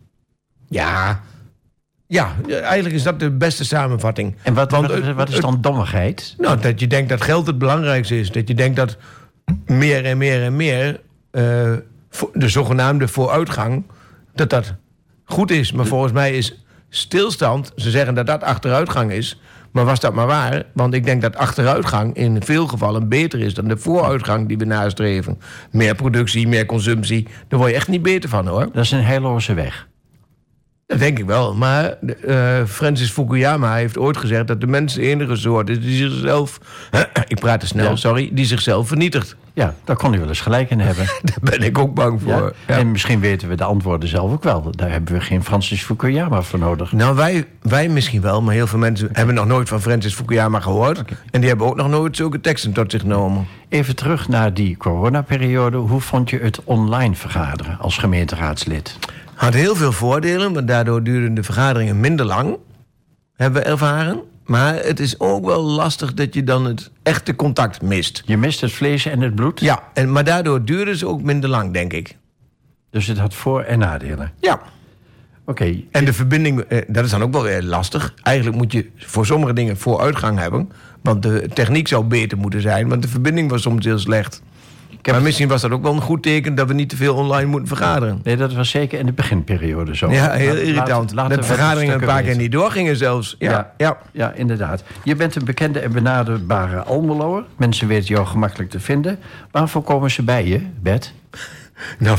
Ja, ja, eigenlijk is dat de beste samenvatting.
En wat,
Want,
wat,
uh,
wat is dan dommigheid?
Nou, dat je denkt dat geld het belangrijkste is. Dat je denkt dat meer en meer en meer uh, de zogenaamde vooruitgang, dat dat goed is. Maar volgens mij is stilstand, ze zeggen dat dat achteruitgang is. Maar was dat maar waar? Want ik denk dat achteruitgang in veel gevallen beter is dan de vooruitgang die we nastreven. Meer productie, meer consumptie, daar word je echt niet beter van, hoor.
Dat is een heilloze weg.
Dat denk ik wel. Maar uh, Francis Fukuyama heeft ooit gezegd dat de mens de enige soort is die zichzelf... ik praat te snel,
ja.
sorry. Die zichzelf vernietigt.
Ja, daar kon hij wel eens gelijk in hebben.
Daar ben ik ook bang voor.
Ja?
Ja.
En misschien weten we de antwoorden zelf ook wel. Daar hebben we geen Francis Fukuyama voor nodig.
Nou, wij, wij misschien wel, maar heel veel mensen okay. hebben nog nooit van Francis Fukuyama gehoord. Okay. En die hebben ook nog nooit zulke teksten tot zich genomen.
Even terug naar die coronaperiode. Hoe vond je het online vergaderen als gemeenteraadslid?
Had heel veel voordelen, maar daardoor duurden de vergaderingen minder lang. Hebben we ervaren. Maar het is ook wel lastig dat je dan het echte contact mist.
Je mist het vlees en het bloed?
Ja, en, maar daardoor duurden ze ook minder lang, denk ik.
Dus het had voor- en nadelen?
Ja.
Oké. Okay.
En de verbinding, eh, dat is dan ook wel weer lastig. Eigenlijk moet je voor sommige dingen vooruitgang hebben. Want de techniek zou beter moeten zijn, want de verbinding was soms heel slecht. Maar het... misschien was dat ook wel een goed teken dat we niet te veel online moeten vergaderen.
Nee, dat was zeker in de beginperiode zo.
Ja, heel irritant.
Laat,
dat de vergaderingen een paar keer niet doorgingen zelfs. Ja,
ja,
ja.
ja, inderdaad. Je bent een bekende en benaderbare Almeloer. Mensen weten jou gemakkelijk te vinden. Waarvoor komen ze bij je, Bert?
Nou,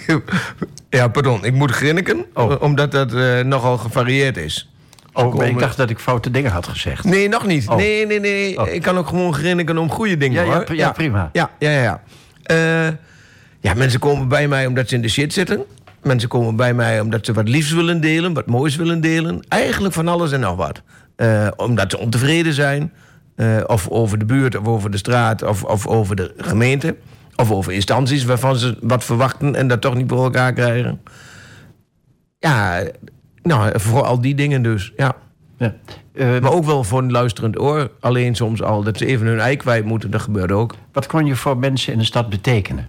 ja, pardon. Ik moet grinniken,
oh.
omdat dat uh, nogal gevarieerd is.
Oh, komen... ik dacht dat ik foute dingen had gezegd.
Nee, nog niet.
Oh.
Nee, nee, nee. Oh. Ik kan ook gewoon grinniken om goede dingen,
ja,
hoor.
Ja, ja, prima.
Ja, ja, ja. ja. Uh, ja, mensen komen bij mij omdat ze in de shit zitten. Mensen komen bij mij omdat ze wat liefs willen delen, wat moois willen delen. Eigenlijk van alles en nog wat. Uh, omdat ze ontevreden zijn. Uh, of over de buurt, of over de straat, of, of over de gemeente. Of over instanties waarvan ze wat verwachten en dat toch niet voor elkaar krijgen. Ja, nou, voor al die dingen dus, ja. ja. Uh, maar ook wel voor een luisterend oor. Alleen soms al dat ze even hun ei kwijt moeten, dat gebeurt ook.
Wat kon je voor mensen in de stad betekenen?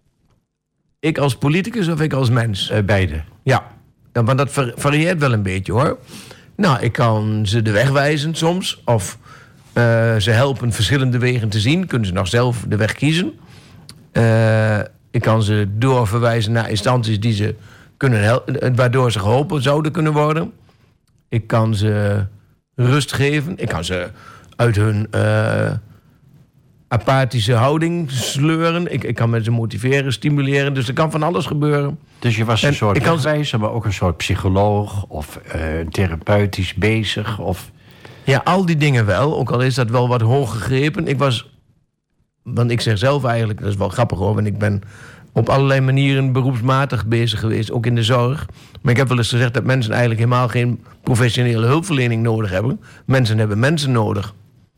Ik als politicus of ik als mens?
Uh, beide.
Ja, want dat varieert wel een beetje, hoor. Nou, ik kan ze de weg wijzen soms. Of uh, ze helpen verschillende wegen te zien. Kunnen ze nog zelf de weg kiezen. Uh, ik kan ze doorverwijzen naar instanties die ze kunnen helpen, waardoor ze geholpen zouden kunnen worden. Ik kan ze rust geven. Ik kan ze uit hun uh, apathische houding sleuren. Ik, ik kan mensen motiveren, stimuleren. Dus er kan van alles gebeuren.
Dus je was een
en
soort
kan...
wegwijzer, maar ook een soort psycholoog of uh, therapeutisch bezig? Of...
Ja, al die dingen wel. Ook al is dat wel wat hoog gegrepen. Ik was... Want ik zeg zelf eigenlijk, dat is wel grappig hoor... want ik ben op allerlei manieren beroepsmatig bezig geweest, ook in de zorg. Maar ik heb wel eens gezegd dat mensen eigenlijk helemaal geen professionele hulpverlening nodig hebben. Mensen hebben mensen nodig.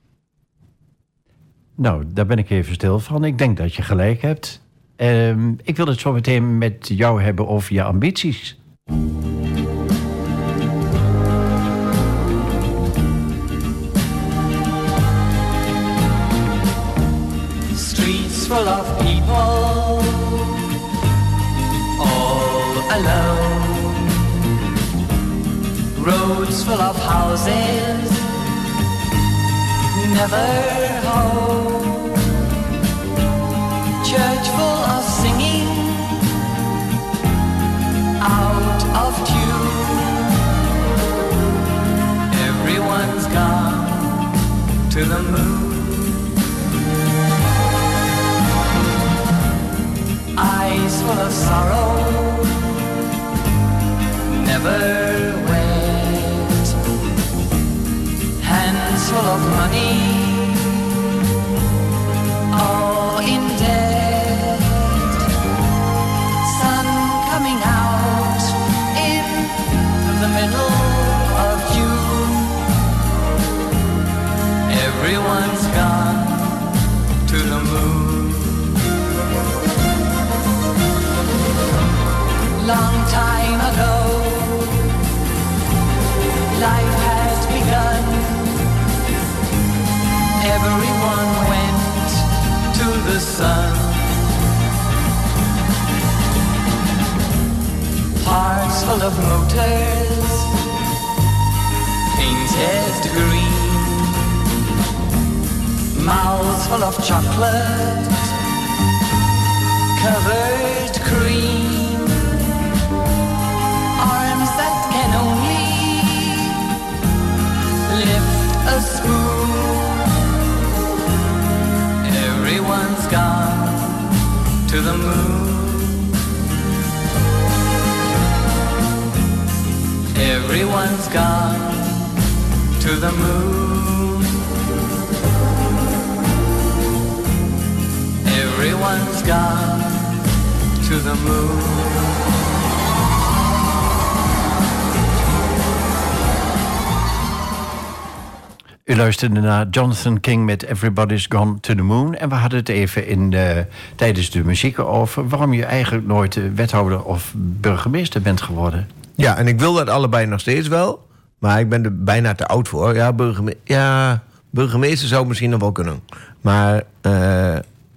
Nou, daar ben ik even stil van. Ik denk dat je gelijk hebt. Uh, ik wil het zo meteen met jou hebben over je ambities.
Streets full of people, all alone. Roads full of houses, never home. Church full of singing, out of tune. Everyone's gone to the moon. Eyes full of sorrow, never wet. Hands full of money, all in debt. Sun coming out in the middle of June. Everyone's gone to the moon. Long time ago, life had begun. Everyone went to the sun. Parks full of motors, painted green. Mouths full of chocolate, covered
to the moon. Everyone's gone to the moon. Everyone's gone to the moon.
U luisterde naar Jonathan King met Everybody's Gone to the Moon. En we hadden het even in, uh, tijdens de muziek over waarom je eigenlijk nooit wethouder of burgemeester bent geworden.
Ja, en ik wil dat allebei nog steeds wel. Maar ik ben er bijna te oud voor. Ja, burgeme- ja burgemeester zou misschien nog wel kunnen. Maar uh,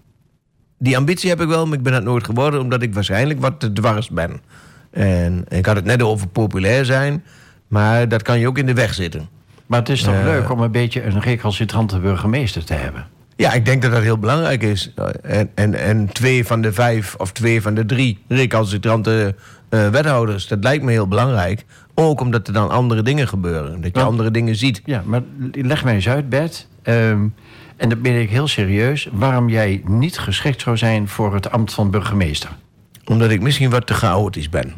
die ambitie heb ik wel, maar ik ben dat nooit geworden, omdat ik waarschijnlijk wat te dwars ben. En ik had het net over populair zijn, maar dat kan je ook in de weg zitten.
Maar het is toch
Uh,
leuk om een beetje een recalcitrante burgemeester te hebben?
Ja, ik denk dat dat heel belangrijk is. En, en, en twee van de vijf of twee van de drie recalcitrante uh, wethouders, dat lijkt me heel belangrijk. Ook omdat er dan andere dingen gebeuren. Dat je
Ja.
andere dingen ziet.
Ja, maar leg mij eens uit, Bert. Um, en dat ben ik heel serieus. Waarom jij niet geschikt zou zijn voor het ambt van burgemeester?
Omdat ik misschien wat te chaotisch ben.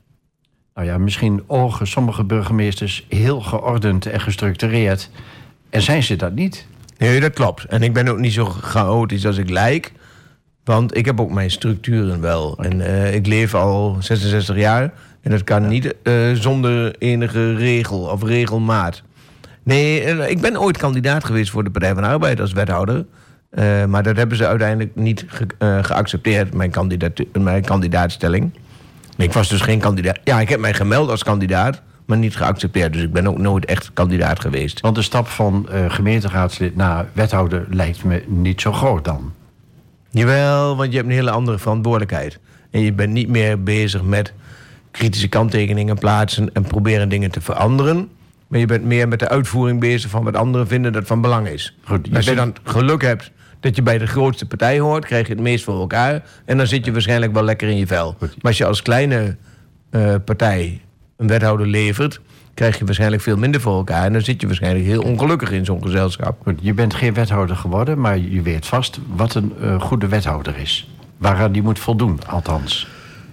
Nou ja, misschien ogen sommige burgemeesters heel geordend en gestructureerd. En zijn ze dat niet?
Nee, dat klopt. En ik ben ook niet zo chaotisch als ik lijk. Want ik heb ook mijn structuren wel. En uh, ik leef al zesenzestig jaar. En dat kan niet uh, zonder enige regel of regelmaat. Nee, uh, ik ben ooit kandidaat geweest voor de Partij van de Arbeid als wethouder. Uh, maar dat hebben ze uiteindelijk niet ge- uh, geaccepteerd, mijn, kandidaat, mijn kandidaatstelling. Ik was dus geen kandidaat. Ja, ik heb mij gemeld als kandidaat, maar niet geaccepteerd. Dus ik ben ook nooit echt kandidaat geweest.
Want de stap van uh, gemeenteraadslid naar wethouder lijkt me niet zo groot dan.
Jawel, want je hebt een hele andere verantwoordelijkheid. En je bent niet meer bezig met kritische kanttekeningen plaatsen en proberen dingen te veranderen. Maar je bent meer met de uitvoering bezig van wat anderen vinden dat van belang is.
Goed, je
Als je
zit-
dan geluk hebt dat je bij de grootste partij hoort, krijg je het meest voor elkaar. En dan zit je waarschijnlijk wel lekker in je vel.
Goed.
Maar als je als kleine uh, partij een wethouder levert, krijg je waarschijnlijk veel minder voor elkaar. En dan zit je waarschijnlijk heel ongelukkig in zo'n gezelschap.
Goed, je bent geen wethouder geworden, maar je weet vast wat een uh, goede wethouder is. Waaraan die moet voldoen, althans.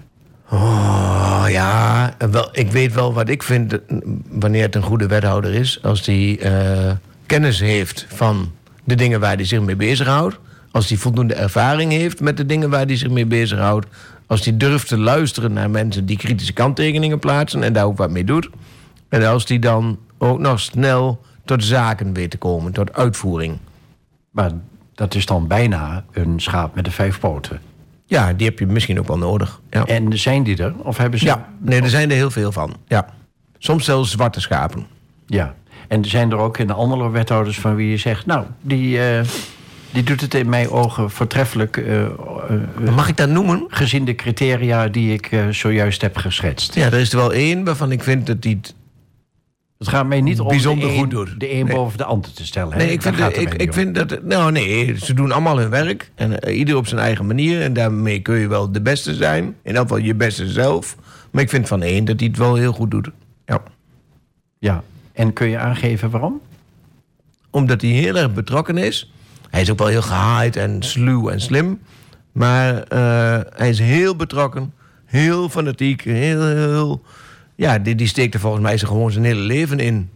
Oh ja, wel, ik weet wel wat ik vind eh, wanneer het een goede wethouder is. Als die uh, kennis heeft van de dingen waar hij zich mee bezighoudt. Als hij voldoende ervaring heeft met de dingen waar hij zich mee bezighoudt. Als hij durft te luisteren naar mensen die kritische kanttekeningen plaatsen en daar ook wat mee doet. En als hij dan ook nog snel tot zaken weet te komen, tot uitvoering.
Maar dat is dan bijna een schaap met de vijf poten.
Ja, die heb je misschien ook wel nodig. Ja,
En zijn die er? Of hebben ze...
ja nee, er zijn er heel veel van. Ja. Soms zelfs zwarte schapen.
Ja. En zijn er ook in de andere wethouders van wie je zegt... nou, die, uh, die doet het in mijn ogen voortreffelijk... Uh, uh,
Mag ik dat noemen?
gezien de criteria die ik uh, zojuist heb geschetst.
Ja, er is er wel één waarvan ik vind dat die het...
Het gaat mij niet om
Bijzonder
de een,
goed doet.
de een
Nee.
boven de ander te stellen. Hè?
Nee, ik
Daar
vind,
gaat het
ik,
mij
ik
niet om.
vind dat... Nou nee, ze doen allemaal hun werk. En uh, ieder op zijn eigen manier. En daarmee kun je wel de beste zijn. In elk geval je beste zelf. Maar ik vind van één dat hij het wel heel goed doet. Ja.
Ja. En kun je aangeven waarom?
Omdat hij heel erg betrokken is. Hij is ook wel heel gehaaid en sluw en slim. Maar uh, hij is heel betrokken. Heel fanatiek. Heel, heel... Ja, die, die steekt er volgens mij zijn gewoon zijn hele leven in.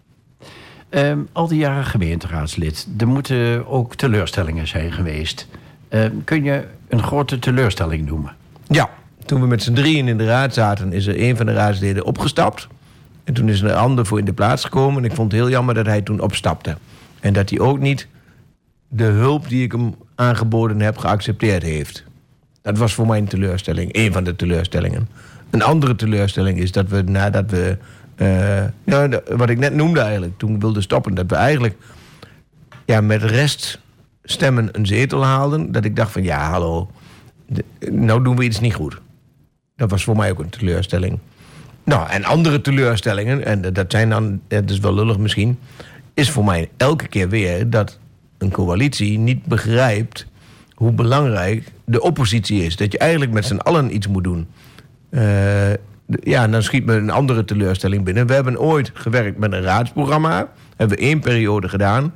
Um, al die jaren gemeenteraadslid. Er moeten ook teleurstellingen zijn geweest. Um, kun je een grote teleurstelling noemen?
Ja, toen we met z'n drieën in de raad zaten, is er een van de raadsleden opgestapt. En toen is er een ander voor in de plaats gekomen. En ik vond het heel jammer dat hij toen opstapte. En dat hij ook niet de hulp die ik hem aangeboden heb geaccepteerd heeft. Dat was voor mij een teleurstelling. Een van de teleurstellingen. Een andere teleurstelling is dat we nadat we... Uh, ja, de, wat ik net noemde eigenlijk, toen ik wilde stoppen... dat we eigenlijk ja, met reststemmen een zetel haalden. Dat ik dacht van ja, hallo... De, nou doen we iets niet goed. Dat was voor mij ook een teleurstelling. Nou, en andere teleurstellingen... en dat zijn dan, dat is wel lullig misschien... is voor mij elke keer weer dat een coalitie niet begrijpt... hoe belangrijk de oppositie is. Dat je eigenlijk met z'n allen iets moet doen. Uh, ja, dan schiet me een andere teleurstelling binnen. We hebben ooit gewerkt met een raadsprogramma. Hebben we één periode gedaan.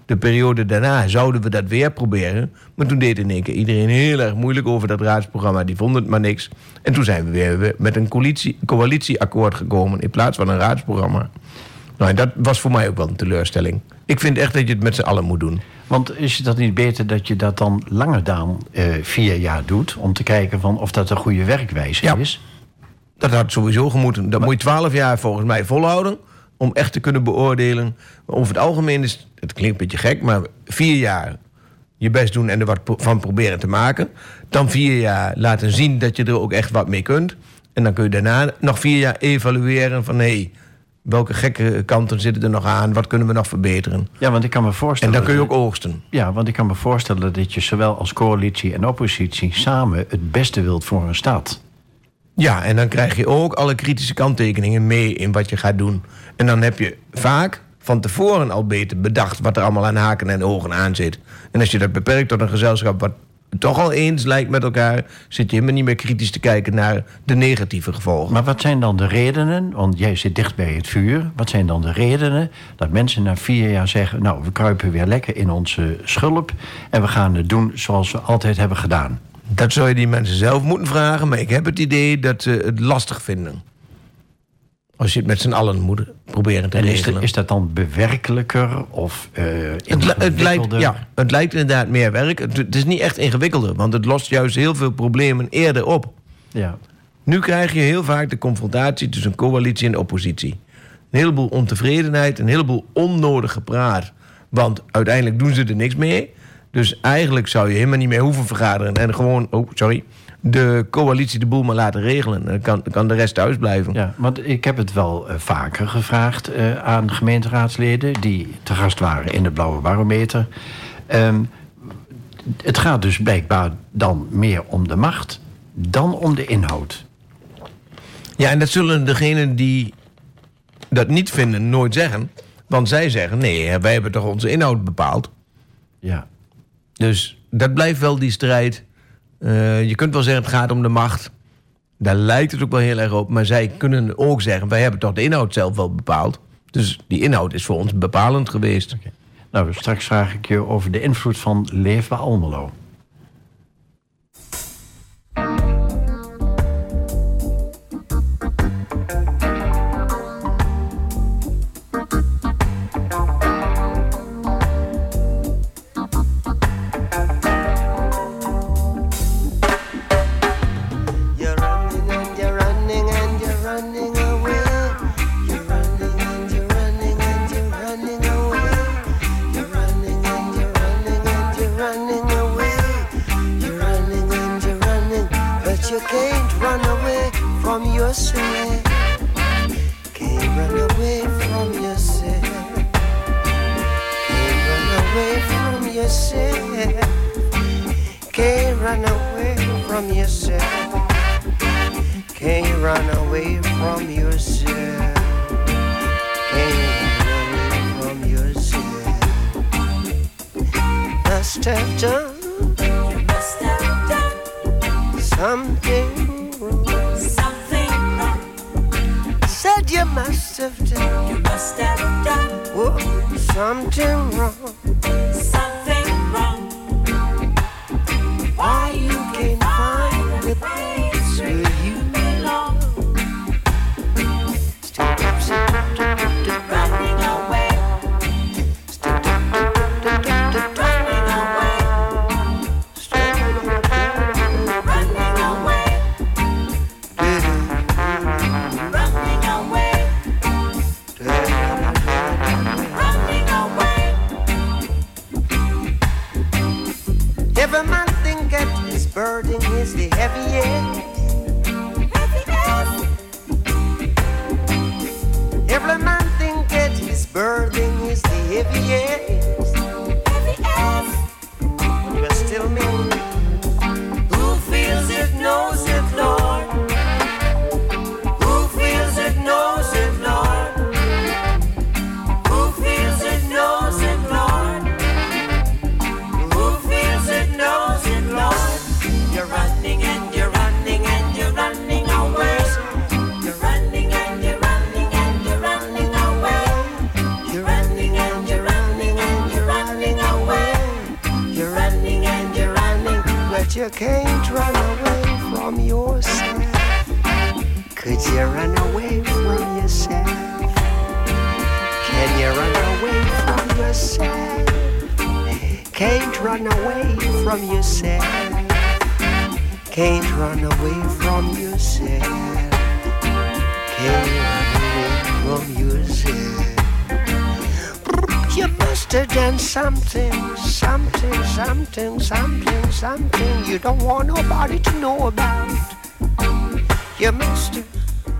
De periode daarna zouden we dat weer proberen. Maar toen deed in één keer iedereen heel erg moeilijk over dat raadsprogramma. Die vonden het maar niks. En toen zijn we weer met een coalitie, coalitieakkoord gekomen in plaats van een raadsprogramma. Nou, en dat was voor mij ook wel een teleurstelling. Ik vind echt dat je het met z'n allen moet doen.
Want is het niet beter dat je dat dan langer dan uh, vier jaar doet... om te kijken van of dat een goede werkwijze
Ja.
is?
Dat had sowieso gemoeten. Dat moet je twaalf jaar volgens mij volhouden... om echt te kunnen beoordelen. Over het algemeen is, het klinkt een beetje gek... maar vier jaar je best doen en er wat van proberen te maken. Dan vier jaar laten zien dat je er ook echt wat mee kunt. En dan kun je daarna nog vier jaar evalueren van... hé, hey, welke gekke kanten zitten er nog aan? Wat kunnen we nog verbeteren?
Ja, want ik kan me
En
voorstellen...
dan kun je ook oogsten.
Ja, want ik kan me voorstellen dat je zowel als coalitie en oppositie... samen het beste wilt voor een stad.
Ja, en dan krijg je ook alle kritische kanttekeningen mee in wat je gaat doen. En dan heb je vaak van tevoren al beter bedacht... wat er allemaal aan haken en ogen aan zit. En als je dat beperkt tot een gezelschap... wat toch al eens lijkt met elkaar... zit je helemaal niet meer kritisch te kijken naar de negatieve gevolgen.
Maar wat zijn dan de redenen, want jij zit dicht bij het vuur... wat zijn dan de redenen dat mensen na vier jaar zeggen... nou, we kruipen weer lekker in onze schulp... en we gaan het doen zoals we altijd hebben gedaan?
Dat zou je die mensen zelf moeten vragen... maar ik heb het idee dat ze het lastig vinden. Als je het met z'n allen moet proberen te
En is,
regelen.
dat- is dat dan bewerkelijker of uh,
Het, li- het, lijkt,
ingewikkelder?
ja, het lijkt inderdaad meer werk. Het, het is niet echt ingewikkelder, want het lost juist heel veel problemen eerder op.
Ja.
Nu krijg je heel vaak de confrontatie tussen coalitie en oppositie. Een heleboel ontevredenheid, een heleboel onnodig gepraat. Want uiteindelijk doen ze er niks mee. Dus eigenlijk zou je helemaal niet meer hoeven vergaderen. En gewoon, oh sorry, de coalitie de boel maar laten regelen. Dan kan, dan kan de rest thuis blijven.
Ja, want ik heb het wel uh, vaker gevraagd uh, aan gemeenteraadsleden... die te gast waren in de Blauwe Barometer. Um, het gaat dus blijkbaar dan meer om de macht dan om de inhoud.
Ja, en dat zullen degenen die dat niet vinden nooit zeggen. Want zij zeggen, nee, wij hebben toch onze inhoud bepaald.
Ja.
Dus dat blijft wel die strijd. Uh, je kunt wel zeggen, het gaat om de macht. Daar lijkt het ook wel heel erg op. Maar zij kunnen ook zeggen, wij hebben toch de inhoud zelf wel bepaald. Dus die inhoud is voor ons bepalend geweest.
Okay. Nou, straks vraag ik je over de invloed van Leefbaar Almelo.
You're running and you're running and you're running away. You're running and you're running and you're running away. You're running and you're running and you're running away. You're running and you're running, but you can't run away from yourself. Can't run away from yourself. Can't run away from yourself. Can't run away from yourself. Can you run away from yourself? Can you run away from yourself? Must have done,
You must have done
something wrong.
something wrong.
Said you must have done,
You must have done
whoa, something wrong.
something wrong.
Why you can't find the place where you
belong.
stand up, stand up, stand up, stand up,
Running away,
stand up, stand up, stand up,
running away,
stand up,
running away, running away, running away.
Every man think that his burden is the heaviest. Every man think that his burden is the heaviest. But still me, who feels it knows it, Lord. Who feels it knows it, Lord. Who feels it knows it, Lord. Who feels it knows it, Lord.
You're running and you're running and you're running away. You're running and you're running and you're running away. You're running and you're running
from yourself? Could you run away from yourself? Can you run away from yourself? Can't run away from yourself. Can't run away from yourself. Can't run away from yourself. You must have done something, something, something, something, something you don't want nobody to know about. You must have.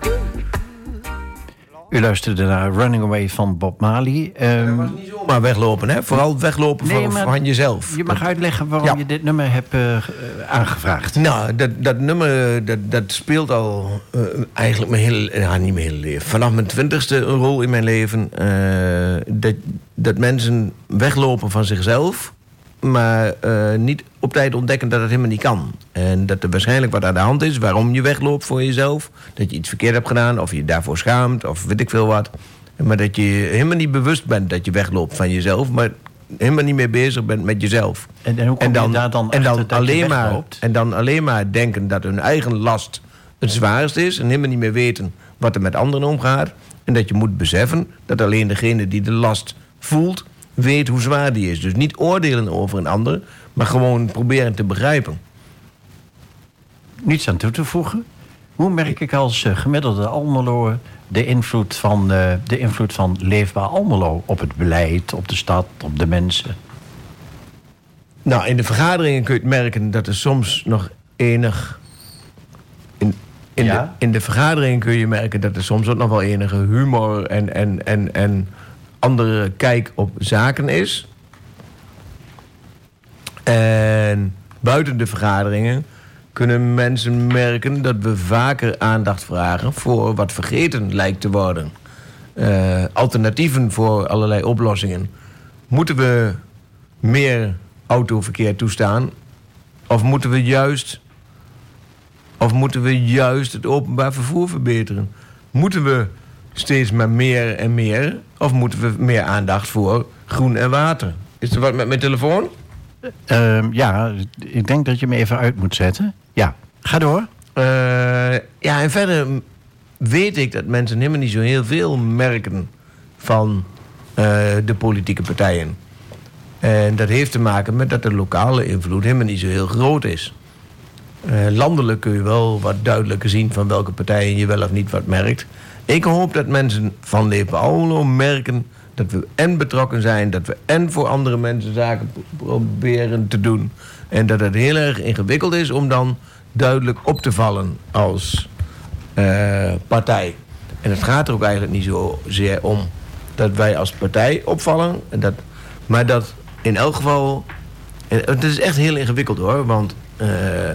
U luisterde naar Running Away van Bob Marley. Um,
Dat was niet zomaar weglopen, hè? Vooral weglopen
Nee,
van,
maar
van jezelf.
je mag uitleggen waarom
Ja.
je dit nummer hebt uh, aangevraagd.
Nou, dat, dat nummer dat, dat speelt al uh, eigenlijk mijn hele, ja, niet mijn hele leven. Vanaf mijn twintigste een rol in mijn leven. Uh, dat, dat mensen weglopen van zichzelf, maar uh, niet op tijd ontdekken dat het helemaal niet kan. En dat er waarschijnlijk wat aan de hand is waarom je wegloopt voor jezelf. Dat je iets verkeerd hebt gedaan, of je je daarvoor schaamt, of weet ik veel wat. Maar dat je helemaal niet bewust bent dat je wegloopt van jezelf, maar helemaal niet meer bezig bent met jezelf.
En, en hoe kom je daar dan
en dan
achter dat je
alleen maar
wegloopt?
En dan alleen maar denken dat hun eigen last het zwaarst is en helemaal niet meer weten wat er met anderen omgaat. En dat je moet beseffen dat alleen degene die de last voelt, weet hoe zwaar die is. Dus niet oordelen over een ander, maar gewoon proberen te begrijpen.
Niets aan toe te voegen. Hoe merk ik als uh, gemiddelde Almeloer de invloed van, uh, de invloed van Leefbaar Almelo op het beleid, op de stad, op de mensen?
Nou, in de vergaderingen kun je het merken dat er soms nog enig... In, in,
Ja?
de, in de vergaderingen kun je merken dat er soms ook nog wel enige humor en, en, en, en andere kijk op zaken is. En buiten de vergaderingen kunnen mensen merken dat we vaker aandacht vragen voor wat vergeten lijkt te worden. Uh, alternatieven voor allerlei oplossingen. Moeten we meer autoverkeer toestaan? Of moeten we juist, of moeten we juist het openbaar vervoer verbeteren? Moeten we steeds maar meer en meer? Of moeten we meer aandacht voor groen en water? Is er wat met mijn telefoon?
Uh, ja, ik denk dat je me even uit moet zetten. Ja, ga door.
Uh, ja, en verder weet ik dat mensen helemaal niet zo heel veel merken van uh, de politieke partijen. En dat heeft te maken met dat de lokale invloed helemaal niet zo heel groot is. Uh, landelijk kun je wel wat duidelijker zien van welke partijen je wel of niet wat merkt. Ik hoop dat mensen van Leefbaar Almelo merken dat we en betrokken zijn, dat we en voor andere mensen zaken proberen te doen. En dat het heel erg ingewikkeld is om dan duidelijk op te vallen als uh, partij. En het gaat er ook eigenlijk niet zozeer om dat wij als partij opvallen. En dat, maar dat in elk geval... En het is echt heel ingewikkeld hoor, want uh,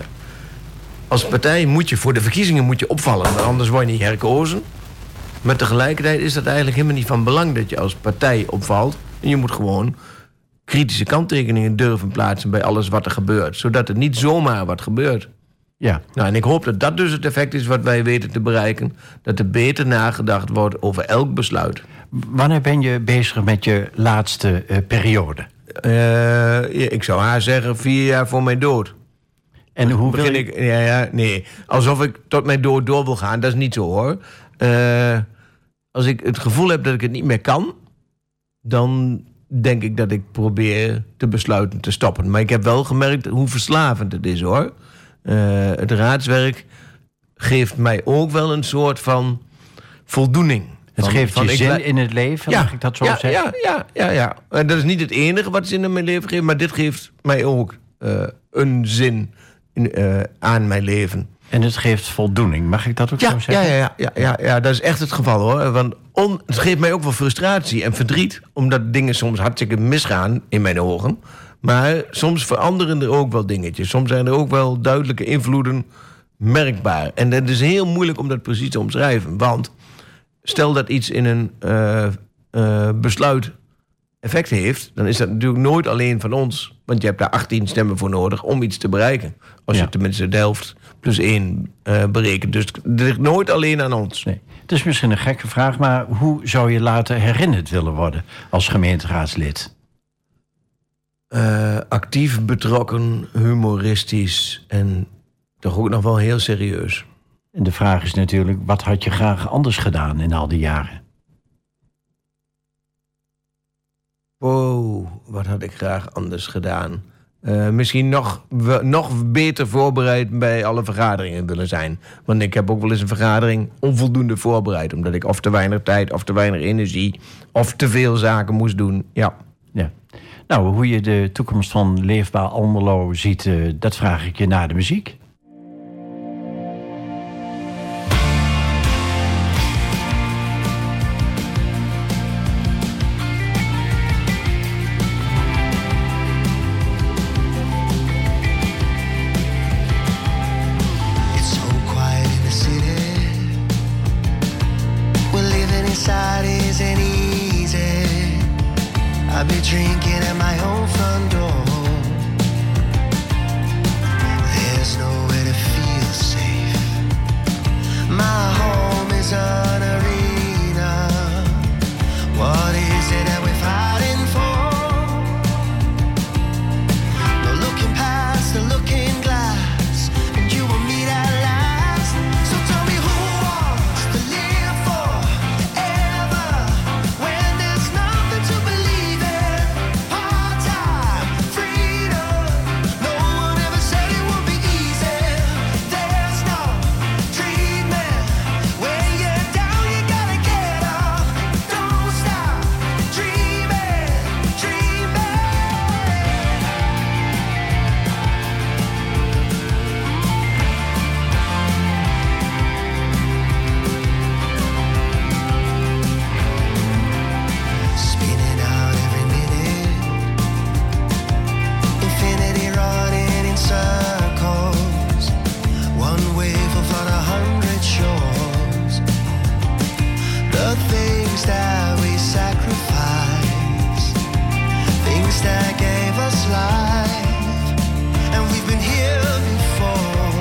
als partij moet je voor de verkiezingen moet je opvallen, want anders word je niet herkozen. Maar tegelijkertijd is dat eigenlijk helemaal niet van belang dat je als partij opvalt. En je moet gewoon kritische kanttekeningen durven plaatsen bij alles wat er gebeurt. Zodat er niet zomaar wat gebeurt.
Ja.
Nou, en ik hoop dat dat dus het effect is wat wij weten te bereiken. Dat er beter nagedacht wordt over elk besluit.
Wanneer ben je bezig met je laatste uh, periode?
Uh, ik zou haar zeggen vier jaar voor mijn dood.
En hoe
Begin
wil je...
ik, ja, ja, nee, alsof ik tot mijn dood door wil gaan, dat is niet zo hoor. Uh, als ik het gevoel heb dat ik het niet meer kan, dan denk ik dat ik probeer te besluiten te stoppen. Maar ik heb wel gemerkt hoe verslavend het is hoor. Uh, het raadswerk geeft mij ook wel een soort van voldoening.
Het
Van-
geeft
van
je
ik
zin
le-
in het leven, mag ik dat zo
ja,
zeggen?
Ja, ja, ja, ja. En dat is niet het enige wat zin in mijn leven geeft, maar dit geeft mij ook uh, een zin in, uh, aan mijn leven.
En het geeft voldoening, mag ik dat ook
Ja,
zo
ja,
zeggen?
ja, ja, ja, ja, ja, dat is echt het geval hoor. Want on, het geeft mij ook wel frustratie en verdriet, omdat dingen soms hartstikke misgaan in mijn ogen. Maar soms veranderen er ook wel dingetjes. Soms zijn er ook wel duidelijke invloeden merkbaar. En het is heel moeilijk om dat precies te omschrijven. Want stel dat iets in een uh, uh, besluit effect heeft, dan is dat natuurlijk nooit alleen van ons. Want je hebt daar achttien stemmen voor nodig om iets te bereiken. Als
Ja.
je tenminste de helft plus één uh, berekent. Dus het ligt nooit alleen aan ons.
Nee. Het is misschien een gekke vraag, maar hoe zou je later herinnerd willen worden als gemeenteraadslid?
Uh, actief, betrokken, humoristisch en toch ook nog wel heel serieus.
En de vraag is natuurlijk, wat had je graag anders gedaan in al die jaren?
Wow, wat had ik graag anders gedaan? Uh, misschien nog, we, nog beter voorbereid bij alle vergaderingen willen zijn. Want ik heb ook wel eens een vergadering onvoldoende voorbereid. Omdat ik of te weinig tijd, of te weinig energie... of te veel zaken moest doen, ja.
Ja. Nou, hoe je de toekomst van Leefbaar Almelo ziet... Uh, dat vraag ik je na de muziek.
Drinking at my own front door. There's nowhere to feel safe. My home is an arena. What is it that we're fighting for? No looking past the looking glass, and you will meet at last. So tell me who wants to live forever when there's nothing to believe in. That we sacrifice, things that gave us life, and we've been here before.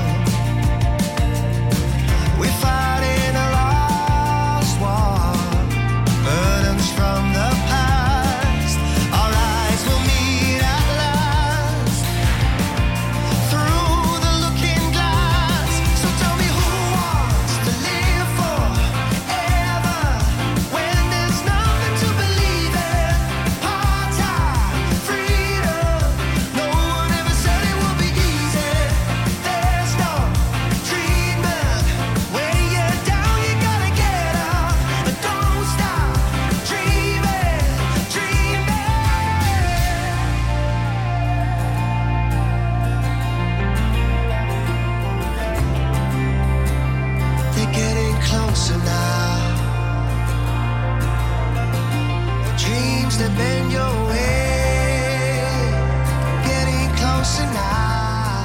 We're fighting a lost war, burdens from the past. Our eyes will meet at last through the looking glass. So tell me who wants to live forever when there's nothing to believe in. Part-time freedom. No one ever said it would be easy. There's no treatment. When you're down, you gotta get up. But don't stop dreaming, dreaming. They're getting closer now. Dreams that bend your way, getting closer now.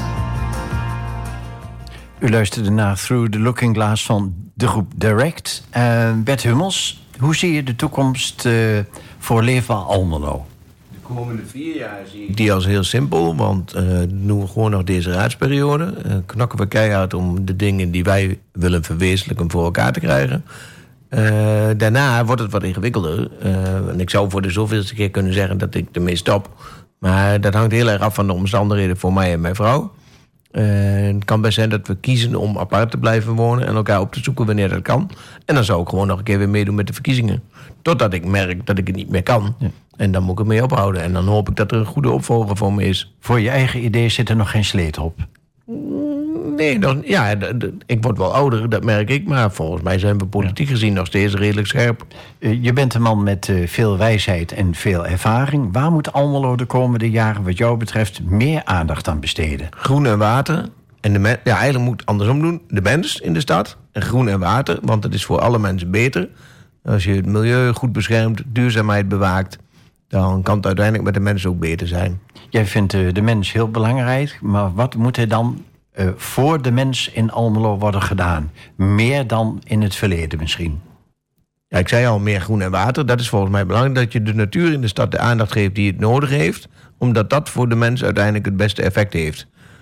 U luisterde naar Through the Looking Glass van de groep Direct. Uh, Bert Hummels, hoe zie je de toekomst uh, voor Leefbaar Almelo?
De komende vier jaar zie ik die als heel simpel. Want uh, doen we gewoon nog deze raadsperiode. Uh, knokken we keihard om de dingen die wij willen verwezenlijken voor elkaar te krijgen. Uh, daarna wordt het wat ingewikkelder. Uh, en ik zou voor de zoveelste keer kunnen zeggen dat ik ermee stop. Maar dat hangt heel erg af van de omstandigheden voor mij en mijn vrouw. Uh, het kan best zijn dat we kiezen om apart te blijven wonen en elkaar op te zoeken wanneer dat kan. En dan zou ik gewoon nog een keer weer meedoen met de verkiezingen. Totdat ik merk dat ik het niet meer kan. Ja. En dan moet ik ermee ophouden. En dan hoop ik dat er een goede opvolger voor me is.
Voor je eigen idee zit er nog geen sleet op?
Nee, dan, ja, d- d- ik word wel ouder, dat merk ik. Maar volgens mij zijn we politiek gezien nog steeds redelijk scherp.
Uh, je bent een man met uh, veel wijsheid en veel ervaring. Waar moet Almelo de komende jaren wat jou betreft meer aandacht aan besteden?
Groen en water. En de men- ja, eigenlijk moet ik het andersom doen. De mens in de stad. En groen en water, want het is voor alle mensen beter. Als je het milieu goed beschermt, duurzaamheid bewaakt, dan kan het uiteindelijk met de mensen ook beter zijn.
Jij vindt uh, de mens heel belangrijk, maar wat moet er dan uh, voor de mens in Almelo worden gedaan? Meer dan in het verleden misschien?
Ja, ik zei al, meer groen en water. Dat is volgens mij belangrijk, dat je de natuur in de stad de aandacht geeft die het nodig heeft, omdat dat voor de mens uiteindelijk het beste effect heeft.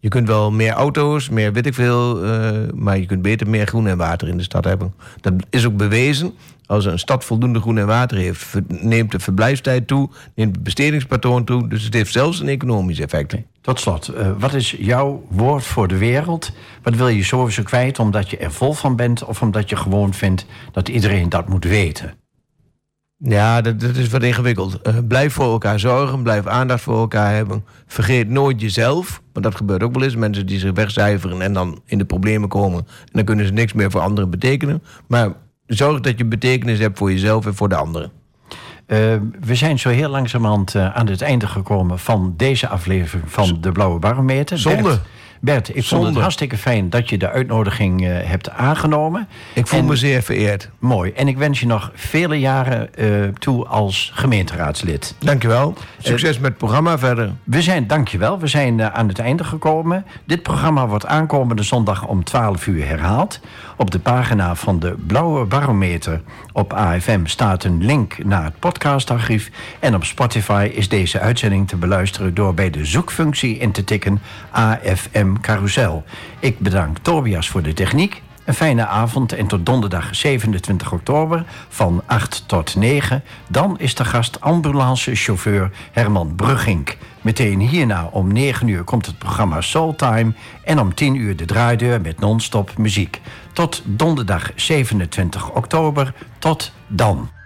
Je kunt wel meer auto's, meer weet ik veel... Uh, maar je kunt beter meer groen en water in de stad hebben. Dat is ook bewezen. Als een stad voldoende groen en water heeft... neemt de verblijfstijd toe, neemt het bestedingspatroon toe. Dus het heeft zelfs een economisch effect.
Okay. Tot slot, uh, wat is jouw woord voor de wereld? Wat wil je sowieso kwijt omdat je er vol van bent... of omdat je gewoon vindt dat iedereen dat moet weten?
Ja, dat, dat is wat ingewikkeld. Uh, blijf voor elkaar zorgen, blijf aandacht voor elkaar hebben. Vergeet nooit jezelf, want dat gebeurt ook wel eens. Mensen die zich wegcijferen en dan in de problemen komen... en dan kunnen ze niks meer voor anderen betekenen. Maar zorg dat je betekenis hebt voor jezelf en voor de anderen.
Uh, we zijn zo heel langzamerhand uh, aan het einde gekomen... van deze aflevering van De Blauwe Barometer.
Zonde.
Bert, Bert ik
Zonde.
vond het hartstikke fijn dat je de uitnodiging uh, hebt aangenomen.
Ik voel
en,
me zeer vereerd.
Mooi. En ik wens je nog vele jaren uh, toe als gemeenteraadslid.
Dankjewel. Succes uh, met het programma verder.
We zijn, dankjewel. We zijn uh, aan het einde gekomen. Dit programma wordt aankomende zondag om twaalf uur herhaald. Op de pagina van De Blauwe Barometer op A F M staat een link naar het podcastarchief. En op Spotify is deze uitzending te beluisteren door bij de zoekfunctie in te tikken A F M Carousel. Ik bedank Tobias voor de techniek. Een fijne avond en tot donderdag zevenentwintig oktober van acht tot negen. Dan is de gast ambulancechauffeur Herman Bruggink. Meteen hierna om negen uur komt het programma Soultime... en om tien uur de draaideur met non-stop muziek. Tot donderdag zevenentwintig oktober. Tot dan.